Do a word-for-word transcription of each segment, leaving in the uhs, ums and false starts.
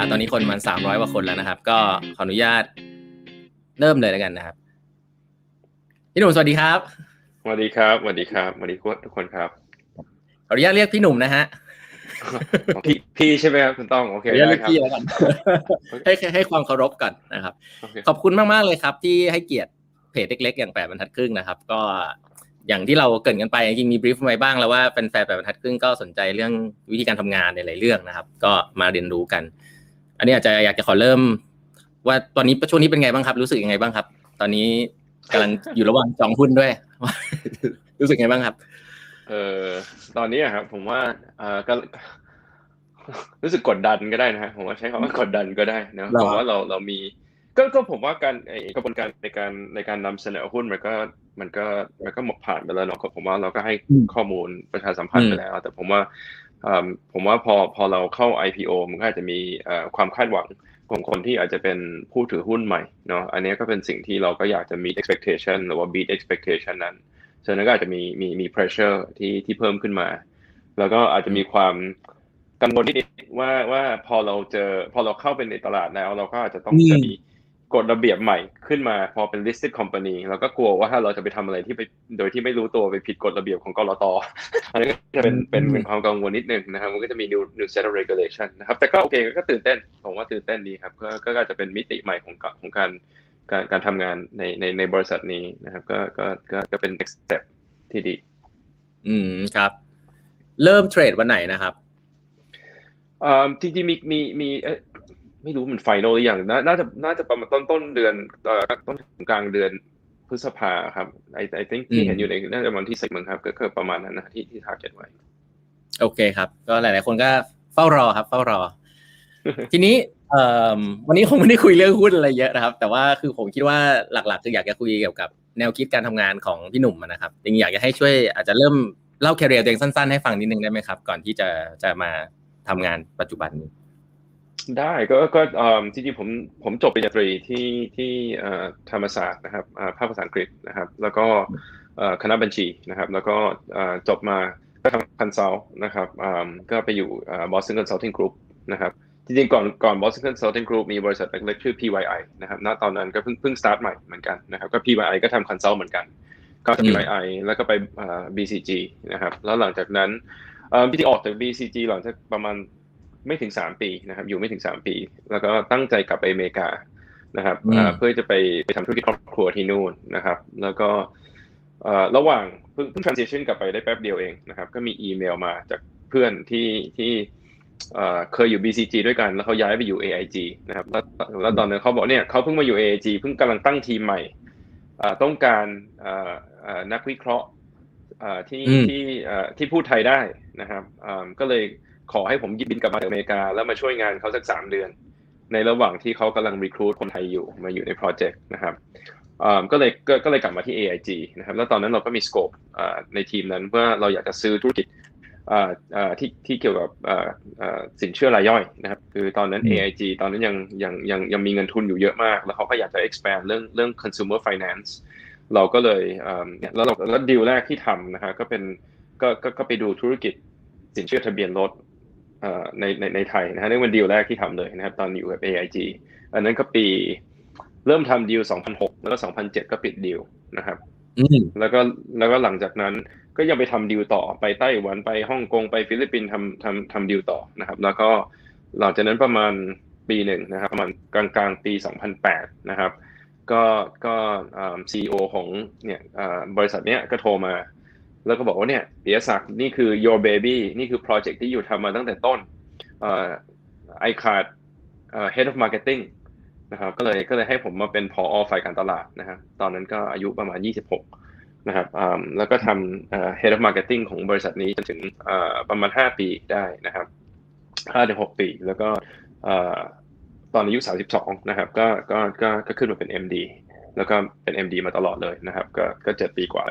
ตอนนี้คนมันสามร้อยกว่าคนแล้วนะครับก็ขออนุญาตเริ่มเลยแล้วกันนะครับพี่หนุ่มสวัสดีครับสวัสดีครับสวัสดีครับสวัสดีทุกคนครับขออนุญาตเรียกพี่หนุ่มนะฮะพี่พี่ใช่ไหมครับคุณต้องโอเคได้ครับพี่แล้วกันให้ให้ความเคารพก่อนนะครับขอบคุณมากๆเลยครับที่ให้เกียรติเพจเล็กๆอย่างแปดบรรทัดครึ่งนะครับก็อย่างที่เราเกริ่นกันไปจริงๆมีบรีฟไว้บ้างแล้วว่าเป็นแฟนแปดบรรทัดครึ่งก็สนใจเรื่องวิธีการทำงานในหลายเรื่องนะครับก็มาเรียนรู้กันอันนี้อาจจะอยากจะขอเริ่มว่าตอนนี้ช่วงนี้เป็นไงบ้างครับรู้สึกยังไงบ้างครับตอนนี้กำลังอยู่ระหว่างจองหุ้นด้วยรู้สึกไงบ้างครับเอ่อตอนนี้ครับผมว่าเอ่อก็รู้สึกกดดันก็ได้นะฮะผมว่าใช้คำว่ากดดันก็ได้นะผมว่าเราเรามีก็ก็ผมว่าการไอกระบวนการในการในการนำเสนอหุ้นมันก็มันก็มันก็หมดผ่านไปแล้วเนาะผมว่าเราก็ให้ข้อมูลประชาสัมพันธ์ไปแล้วแต่ผมว่าผมว่าพอพอเราเข้า ไอ พี โอ มันก็อาจจะมีความคาดหวังของคนที่อาจจะเป็นผู้ถือหุ้นใหม่เนาะอันนี้ก็เป็นสิ่งที่เราก็อยากจะ meet expectation หรือว่า beat expectation นั้นฉะนั้นก็อาจจะมีมีมี pressure ที่ที่เพิ่มขึ้นมาแล้วก็อาจจะมีความกังวลนิดๆว่าว่าพอเราเจอพอเราเข้าไปในตลาดแล้วเราก็อาจจะต้องจะมีกฎระเบียบใหม่ขึ้นมาพอเป็น listed company เราก็กลัวว่าถ้าเราจะไปทำอะไรที่ไปโดยที่ไม่รู้ตัวไปผิดกฎระเบียบของกลต.อันนี้ก็จะเป็นเป็นเป็นความกังวลนิดนึงนะครับมันก็จะมี new new set of regulation นะครับแต่ก็โอเคก็ตื่นเต้นผมว่าตื่นเต้นดีครับก็ก็อาจจะเป็นมิติใหม่ของของการการการทำงานในในในบริษัทนี้นะครับก็ก็ก็ก็เป็น next step ที่ดีอืมครับเริ่มเทรดวันไหนนะครับอ่าจริงๆมีมีมีเอ๊ะไม่รู้มันไฟนอลหรือยังน่าจะน่าจะประมาณต้นต้นเดือนเอ่อต้นกลางเดือนพฤษภาครับ I I think ที่เห็นอยู่ในน่าจะวันที่สิบมั้งครับก็คือประมาณนั้นนะที่ที่ target ไว้โอเคครับก็หลายๆคนก็เฝ้ารอครับเฝ้ารอ ทีนี้เอ่อวันนี้คงไม่ได้คุยเรื่องหุ้นอะไรเยอะนะครับแต่ว่าคือผมคิดว่าหลักๆคืออยากจะคุยเกี่ยวกับแนวคิดการทำงานของพี่หนุ่มนะครับจริงๆอยากจะให้ช่วยอาจจะเริ่มเล่าแคเรียร์ตัวเองสั้นๆให้ฟังนิดนึงได้ไหมครับก่อนที่จะจะมาทำงานปัจจุบันนี้ได้ก็ก็จริงๆผมผมจบปริญญาตรีที่ที่ธรรมศาสตร์นะครับภาคภาษาอังกฤษนะครับแล้วก็คณะบัญชีนะครับแล้วก็จบมาก็ทำคอนซัลท์นะครับก็ไปอยู่ Boston Consulting Group นะครับจริงๆก่อนก่อน Boston Consulting Group มีบริษัทเล็กๆชื่อ พี วาย ไอ นะครับณตอนนั้นก็เพิ่งเพิ่ง start ใหม่เหมือนกันนะครับก็ พี วาย ไอ ก็ทำคอนซัลท์เหมือนกันก็ พี วาย ไอ แล้วก็ไป บี ซี จี นะครับแล้วหลังจากนั้นพี่ที่ออกจาก บี ซี จี หลังจากประมาณไม่ถึงสามปีนะครับอยู่ไม่ถึงสามปีแล้วก็ตั้งใจกลับไปอเมริกานะครับเพื่อจะไปไปทำธุรกิจครอบครัวที่นู่นนะครับแล้วก็ระหว่างเพิ่งเพิ่ง transition กลับไปได้แป๊บเดียวเองนะครับก็มีอีเมลมาจากเพื่อนที่ที่เคยอยู่ บี ซี จี ด้วยกันแล้วเขาย้ายไปอยู่ เอ ไอ จี นะครับแล้วแล้วตอนนั้นเขาบอกเนี่ยเขาเพิ่งมาอยู่ เอ ไอ จี เพิ่งกำลังตั้งทีมใหม่ต้องการนักวิเคราะห์ที่ที่ที่พูดไทยได้นะครับก็เลยขอให้ผมบินกลับมาจากอเมริกาแล้วมาช่วยงานเขาสักสามเดือนในระหว่างที่เขากำลังรีครูทคนไทยอยู่มาอยู่ในโปรเจกต์นะครับก็เลยก็เลยกลับมาที่ เอ ไอ จี นะครับแล้วตอนนั้นเราก็มีสโคปในทีมนั้นเพื่อเราอยากจะซื้อธุรกิจที่ที่เกี่ยวกับสินเชื่อรายย่อยนะครับคือตอนนั้น เอ ไอ จี ตอนนั้นยังยังยังยังมีเงินทุนอยู่เยอะมากแล้วเขาก็อยากจะ expand เรื่องเรื่อง consumer finance เราก็เลยแล้วเราแล้วดีลแรกที่ทำนะครับก็เป็นก็ก็ก็ไปดูธุรกิจสินเชื่อทะเบียนรถในในในไทยนะฮะนี่เป็นดีลแรกที่ทำเลยนะครับตอนอยู่กับ เอ ไอ จี อันนั้นก็ปีเริ่มทำดีลสองพันหกแล้วก็สองพันเจ็ดก็ปิดดีลนะครับแล้วก็แล้วก็หลังจากนั้นก็ยังไปทำดีลต่อไปไต้หวันไปฮ่องกงไปฟิลิปปินส์ทำทำทำดีลต่อนะครับแล้วก็หลังจากนั้นประมาณปีหนึ่งนะครับประมาณกลางกลางปีสองพันแปดนะครับก็ก็ซี อี โอ ของเนี่ยบริษัทเนี้ยก็โทรมาแล้วก็บอกว่าเนี่ยปิยศักดิ์นี่คือ your baby นี่คือโปรเจกต์ที่อยู่ทำมาตั้งแต่ต้นไอขาด head of marketing นะครับก็เลยก็เลยให้ผมมาเป็นผอ.ฝ่ายการตลาดนะครับตอนนั้นก็อายุประมาณยี่สิบหกนะครับแล้วก็ทำ head of marketing ของบริษัทนี้จนถึงประมาณห้าปีได้นะครับห้าถึงหกปีแล้วก็ตอนอายุสามสิบสองนะครับก็ก็ก็ก็ขึ้นมาเป็น เอ็ม ดี แล้วก็เป็น เอ็ม ดี มาตลอดเลยนะครับก็ก็เจ็ดปีกว่า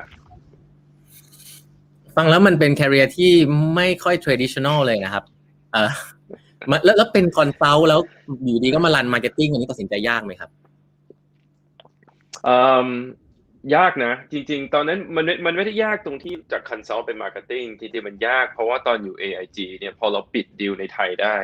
ฟังแล้วมันเป็น career ที่ไม่ค่อย traditional เลยนะครับเออแล้วแล้วเป็นคอนซัลท์แล้วอยู่ดีก็มารันมาร์เก็ตติ้งอันนี้ตัดสินใจยากไหมครับอืมยากนะจริงๆตอนนั้นมันมันไม่ได้ยากตรงที่จากคอนซัลท์เป็นมาร์เก็ตติ้งจริงๆมันยากเพราะว่าตอนอยู่ เอ ไอ จี เนี่ยพอเราปิดดีลในไทยได้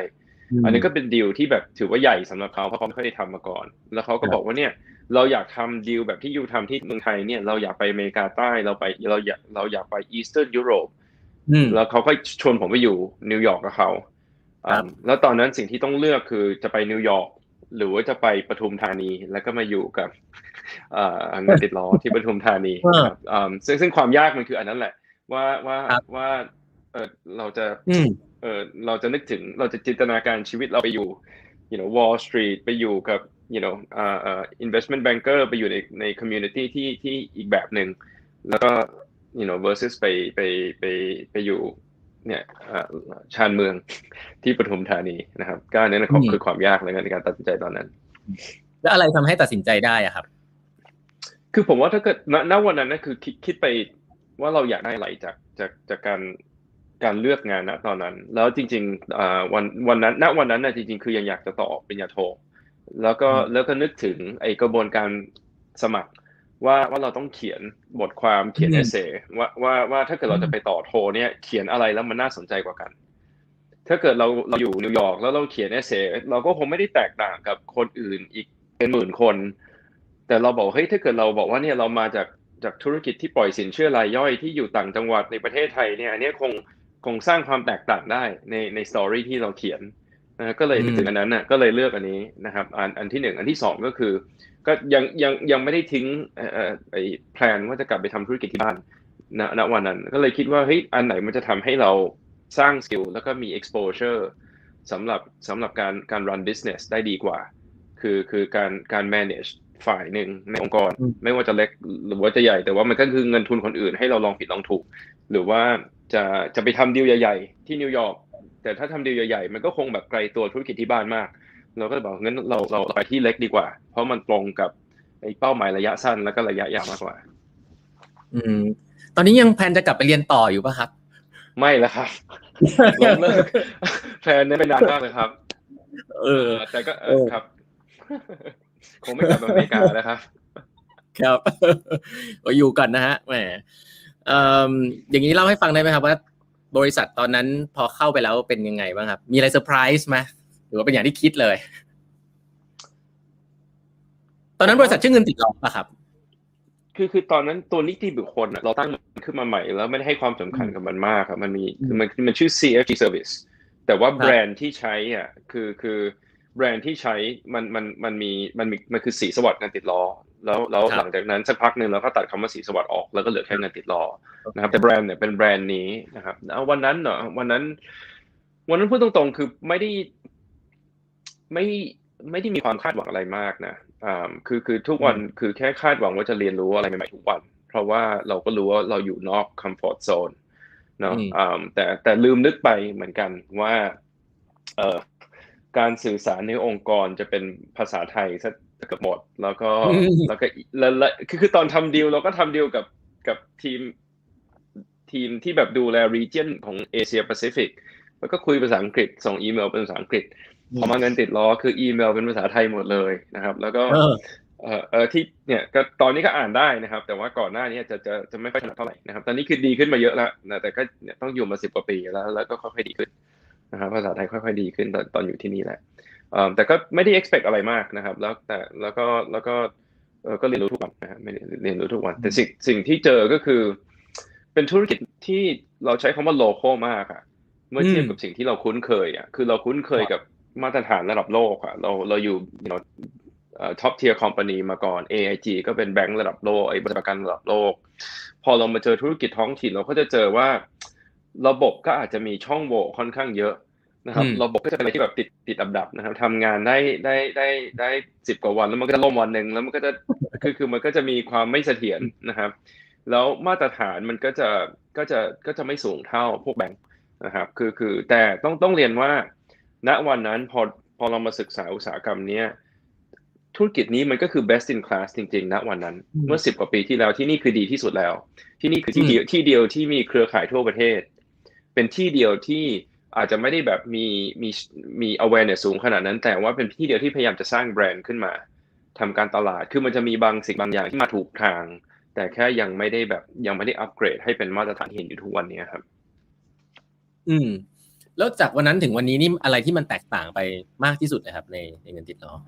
อันนี้ก็เป็นดีลที่แบบถือว่าใหญ่สำหรับเขาเพราะเขาไม่เคยทำมาก่อนแล้วเขาก็บอกว่าเนี่ยเราอยากทำดีลแบบที่ยูทำที่เมืองไทยเนี่ยเราอยากไปอเมริกาใต้เราไปเราอยากเราอยากไปอีสเทิร์นยุโรปแล้วเขาก็ชวนผมไปอยู่นิวยอร์กกับเขาแล้วตอนนั้นสิ่งที่ต้องเลือกคือจะไปนิวยอร์กหรือว่าจะไปปทุมธานีแล้วก็มาอยู่กับเงินติดล้อที่ปทุมธานีนะครับซึ่งซึ่งความยากมันคืออันนั้นแหละว่าว่าว่าเออเราจะเออเราจะนึกถึงเราจะจินตนาการชีวิตเราไปอยู่ you know Wall Street ไปอยู่กับ you know อ่าอ่า investment banker ไปอยู่ในใน community ที่ที่อีกแบบหนึ่งแล้วก็ you know versus ไปไปไปไปอยู่เนี่ยชานเมืองที่ปทุมธานีนะครับก็นั่นคือความยากในการตัดสินใจตอนนั้นแล้วอะไรทำให้ตัดสินใจได้อะครับคือผมว่าถ้าเกิดณวันนั้นนะคือคิดคิดไปว่าเราอยากได้อะไรจากจากจากการการเลือกงานณตอนนั้นแล้วจริงๆวันวันนั้นณวันนั้นนะจริงๆคือยังอยากจะต่อปริญญาโทแล้วก็แล้วก็นึกถึงไอกระบวนการสมัครว่าว่าเราต้องเขียนบทความเขียนเอเซ่ว่าว่าว่าถ้าเกิดเราจะไปต่อโทเนี่ยเขียนอะไรแล้วมันน่าสนใจกว่ากันถ้าเกิดเราเราอยู่นิวยอร์กแล้วเราเขียนเอเซ่เราก็คงไม่ได้แตกต่างกับคนอื่นอีกเป็นหมื่นคนแต่เราบอกเฮ้ยถ้าเกิดเราบอกว่าเนี่ยเรามาจากจากธุรกิจที่ปล่อยสินเชื่อรายย่อยที่อยู่ต่างจังหวัดในประเทศไทยเนี่ยอันนี้คงคงสร้างความแตกต่างได้ในในสตอรี่ที่เราเขียนนะก็เลยถึงอันนั้นน่ะก็เลยเลือกอันนี้นะครับอันอันที่หนึ่งอันที่สองก็คือก็ยังยังยังไม่ได้ทิ้งเอ่อไอ้แพลนว่าจะกลับไปทำธุรกิจที่บ้านณณวันนั้นก็เลยคิดว่าเฮ้ยอันไหนมันจะทำให้เราสร้างสกิลแล้วก็มี exposure สำหรับสำหรับการการ run business ได้ดีกว่าคือคือการการ manage ฝ่ายหนึ่งในองค์กรไม่ว่าจะเล็กหรือว่าจะใหญ่แต่ว่ามันก็คือเงินทุนคนอื่นให้เราลองผิดลองถูกหรือว่าจะจะไปทำดีลใหญ่ๆที่นิวยอร์กแต่ถ้าทำดีลใหญ่ๆมันก็คงแบบไกลตัวธุรกิจที่บ้านมากเราก็เลยบอกงั้นเราเราไปที่เล็กดีกว่าเพราะมันตรงกับไอ้เป้าหมายระยะสั้นแล้วก็ระยะยาวมากกว่าอืมตอนนี้ยังแพลนจะกลับไปเรียนต่ออยู่ป่ะครับไม่แล้วครับล้มเลิกแพลนนี้เป็นนานมากเลยครับเออแต่ก็เออครับคงไม่กลับอเมริกาแล้วครับครับก็อยู่กันนะฮะแหมเอ่ออย่างนี้เล่าให้ฟังได้ไหมครับว่าบริษัทตอนนั้นพอเข้าไปแล้วเป็นยังไงบ้างครับมีอะไรเซอร์ไพรส์ไหมหรือว่าเป็นอย่างที่คิดเลยตอนนั้นบริษัทชื่อเงินติดล้อป่ะครับคือคือตอนนั้นตัวนิติบุคคลเราตั้งขึ้นมาใหม่แล้วไม่ได้ให้ความสำคัญกับมันมากครับมันมีคือมันมันชื่อ ซี เอฟ จี Service แต่ว่าแบรนด์ที่ใช้อ่ะคือคือแบรนด์ที่ใช้มันมันมันมีมันมีมันคือสีสวัสดิ์เงินติดล้อแล้วแล้วหลังจากนั้นสักพักนึงเราก็ตัดคำว่าสีสวัสดิ์ออกแล้วก็เหลือแค่เงินติดล้อนะครับแต่แบรนด์เนี่ยเป็นแบรนด์นี้นะครับแล้ววันนั้นเนาะวันนั้นวันนั้นพูดตรงๆคือไม่ได้ไม่ไม่ได้มีความคาดหวังอะไรมากนะอ่าคือคือทุกวันคือแค่คาดหวังว่าจะเรียนรู้อะไรใหม่ๆทุกวันเพราะว่าเราก็รู้ว่าเราอยู่นอกคอมฟอร์ตโซนเนาะอ่าแต่แต่ลืมนึกไปเหมือนกันว่าเอ่อการสื่อสารในองค์กรจะเป็นภาษาไทยซะเกือบหมดแล้วก็แล้วก็แล้วคือคือตอนทำดีลเราก็ทำดีลกับกับทีมทีมที่แบบดูแล region ของเอเชียแปซิฟิกแล้วก็คุยภาษาอังกฤษส่งอีเมลเป็นภาษาอังกฤษพอมาเงินติดล้อคืออีเมลเป็นภาษาไทยหมดเลยนะครับแล้วก็เอ่อเอ่อที่เนี่ยก็ตอนนี้ก็อ่านได้นะครับแต่ว่าก่อนหน้านี้จะจะจะไม่ค่อยถนัดเท่าไหร่นะครับตอนนี้คือดีขึ้นมาเยอะแล้วนะแต่ก็ต้องอยู่มาสิบกว่าปีแล้วแล้วก็ค่อยๆดีขึ้นนะครับภาษาไทยค่อยๆดีขึ้นตอนตอนอยู่ที่นี่แหละเอ่อแต่ก็ไม่ได้ expect อะไรมากนะครับแล้วแต่แล้วก็แล้วก็เออก็เรียนรู้ทุกวันนะครับไม่เรียนรู้ทุกวันแต่สิ่งสิ่งที่เจอก็คือเป็นธุรกิจที่เราใช้คำว่า local มากอะเมื่อเทียบกับสิ่งที่เราคุ้นเคยอ่ะคือเราคุ้นเคยกับมาตรฐานระดับโลกอ่ะเราเราอยู่ you know เอ่อ top tier company มาก่อน เอ ไอ จี ก็เป็นแบงก์ระดับโลกไอ้บริษัทประกันระดับโลกพอเรามาเจอธุรกิจท้องถิ่นเราก็จะเจอว่าระบบก็อาจจะมีช่องโหว่ค่อนข้างเยอะนะครับระบบก็จะเป็นอะไรที่แบบติดติดดับๆนะครับทำงานได้ได้ได้ได้สิบกว่าวันแล้วมันก็จะล่มวันนึงแล้วมันก็จะคือคือมันก็จะมีความไม่เสถียรนะครับแล้วมาตรฐานมันก็จะก็จะก็จะไม่สูงเท่าพวกแบงก์นะครับคือคือแต่ต้องต้องเรียนว่าณวันนั้นพอพอเรามาศึกษาอุตสาหกรรมนี้ธุรกิจนี้มันก็คือ best in class จริงๆณวันนั้นเมื่อสิบกว่าปีที่แล้วที่นี่คือดีที่สุดแล้วที่นี่คือที่เดียวที่เดียวที่มีเครือข่ายทั่วประเทศเป็นที่เดียวที่อาจจะไม่ได้แบบมีมีมี awareness สูงขนาดนั้นแต่ว่าเป็นที่เดียวที่พยายามจะสร้างแบรนด์ขึ้นมาทำการตลาดคือมันจะมีบางสิ่งบางอย่างที่มาถูกทางแต่แค่ยังไม่ได้แบบยังไม่ได้อัปเกรดให้เป็นมาตรฐานที่เห็นอยู่ทุกวันนี้ครับอืมแล้วจากวันนั้นถึงวันนี้นี่อะไรที่มันแตกต่างไปมากที่สุดนะครับในในเงินติดล้อ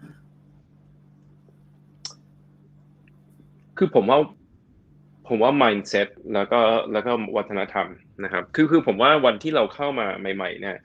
คือผมว่าผมว่า mindset แล้วก็แล้วก็วัฒนธรรมนะครับคือคือผมว่าวันที่เราเข้ามาใหม่ๆเนี่ย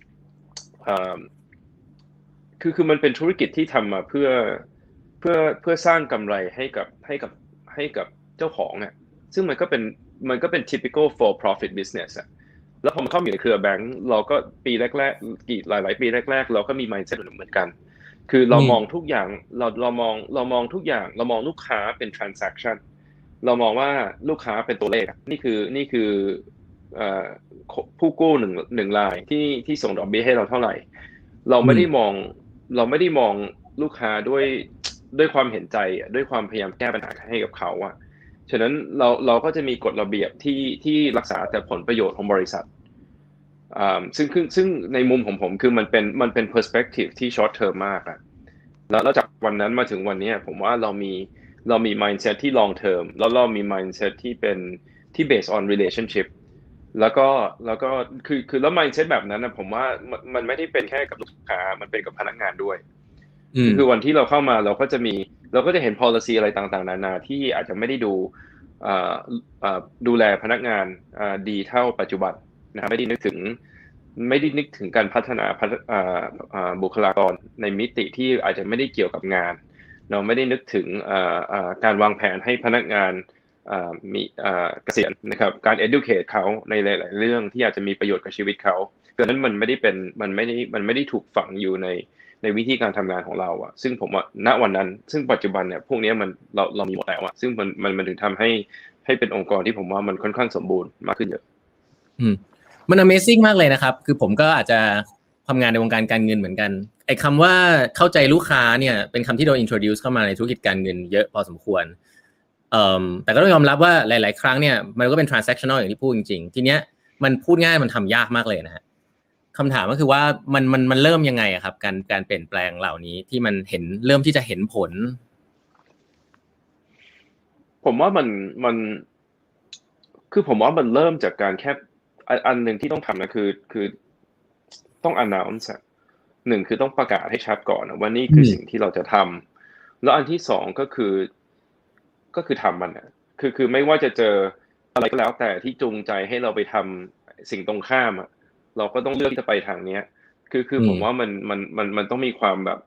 คือคือมันเป็นธุรกิจที่ทำมาเพื่อเพื่อเพื่อสร้างกำไรให้กับให้กับให้กับเจ้าของอ่ะซึ่งมันก็เป็นมันก็เป็น typical for profit business อ่ะแล้วพอมาเข้าอยู่ในเครือแบงก์เราก็ปีแรกๆกี่หลายๆปีแรกๆเราก็มี mindset เหมือนกันคือเรามองทุกอย่างเราเรามองเรามองทุกอย่างเรามองลูกค้าเป็น transaction เรามองว่าลูกค้าเป็นตัวเลขนี่คือนี่คือผู้กู้หนึ่งหนึ่งรายที่ที่ส่งดอกเบี้ยให้เราเท่าไหร่เราไม่ได้มองเราไม่ได้มองลูกค้าด้วยด้วยความเห็นใจด้วยความพยายามแก้ปัญหาให้กับเขาอะฉะนั้นเราเราก็จะมีกฎระเบียบที่ที่รักษาแต่ผลประโยชน์ของบริษัทอ่าซึ่งซึ่งในมุมของผมคือมันเป็นมันเป็น perspective ที่ short term มากอะแล้วจากวันนั้นมาถึงวันนี้ผมว่าเรามีเรามี mindset ที่ long term แล้วเรามี mindset ที่เป็นที่ based on relationship แล้วก็แล้วก็คือคือแล้ว mindset แบบนั้นนะผมว่ามันไม่ได้เป็นแค่กับลูกค้ามันเป็นกับพนักงานด้วยคือวันที่เราเข้ามาเราก็จะมีเราก็จะเห็น policy อะไรต่างๆนานาที่อาจจะไม่ได้ดูดูแลพนักงานดีเท่าปัจจุบันนะครับไม่ได้นึกถึงไม่ได้นึกถึงการพัฒนาบุคลากรในมิติที่อาจจะไม่ได้เกี่ยวกับงานเราไม่ได้นึกถึงการวางแผนให้พนักงานมีเกษียณนะครับการ educate เขาในหลายๆเรื่องที่อาจจะมีประโยชน์กับชีวิตเขาดังนั้นมันไม่ได้เป็นมันไม่ได้มันไม่ได้ถูกฝังอยู่ในในวิธีการทำงานของเราอะซึ่งผมว่าณวันนั้นซึ่งปัจจุบันเนี่ยพวกนี้มันเราเรามีหมดแล้วอะซึ่งมันมันมันถึงทำให้ให้เป็นองค์กรที่ผมว่ามันค่อนข้างสมบูรณ์มากขึ้นเยอะอืมมัน Amazing มากเลยนะครับคือผมก็อาจจะทำงานในวงการการเงินเหมือนกันไอ้คำว่าเข้าใจลูกค้าเนี่ยเป็นคำที่โดน introduce เข้ามาในธุรกิจการเงินเยอะพอสมควรเอ่อแต่ก็ต้องยอมรับว่าหลายๆครั้งเนี่ยมันก็เป็น transactional อย่างที่พูดจริงๆทีเนี้ยมันพูดง่ายมันทำยากมากเลยนะฮะคำถามก็คือว่ามันมันมันเริ่มยังไงอะครับการการเปลี่ยนแปลงเหล่านี้ที่มันเห็นเริ่มที่จะเห็นผลผมว่ามันมันคือผมว่ามันเริ่มจากการแค่อันหนึ่งที่ต้องทำนะคือคือต้อง announce หนึ่งคือต้องประกาศให้ชัดก่อนว่านี่คือสิ่งที่เราจะทำแล้วอันที่สองก็คือก็คือทำมันนะคือคือไม่ว่าจะเจออะไรก็แล้วแต่ที่จูงใจให้เราไปทำสิ่งตรงข้ามอ่ะเราก็ต้องเลือกที่จะไปทางเนี้ยคือคือผมว่ามันมันมันมันต้องมีความแบบ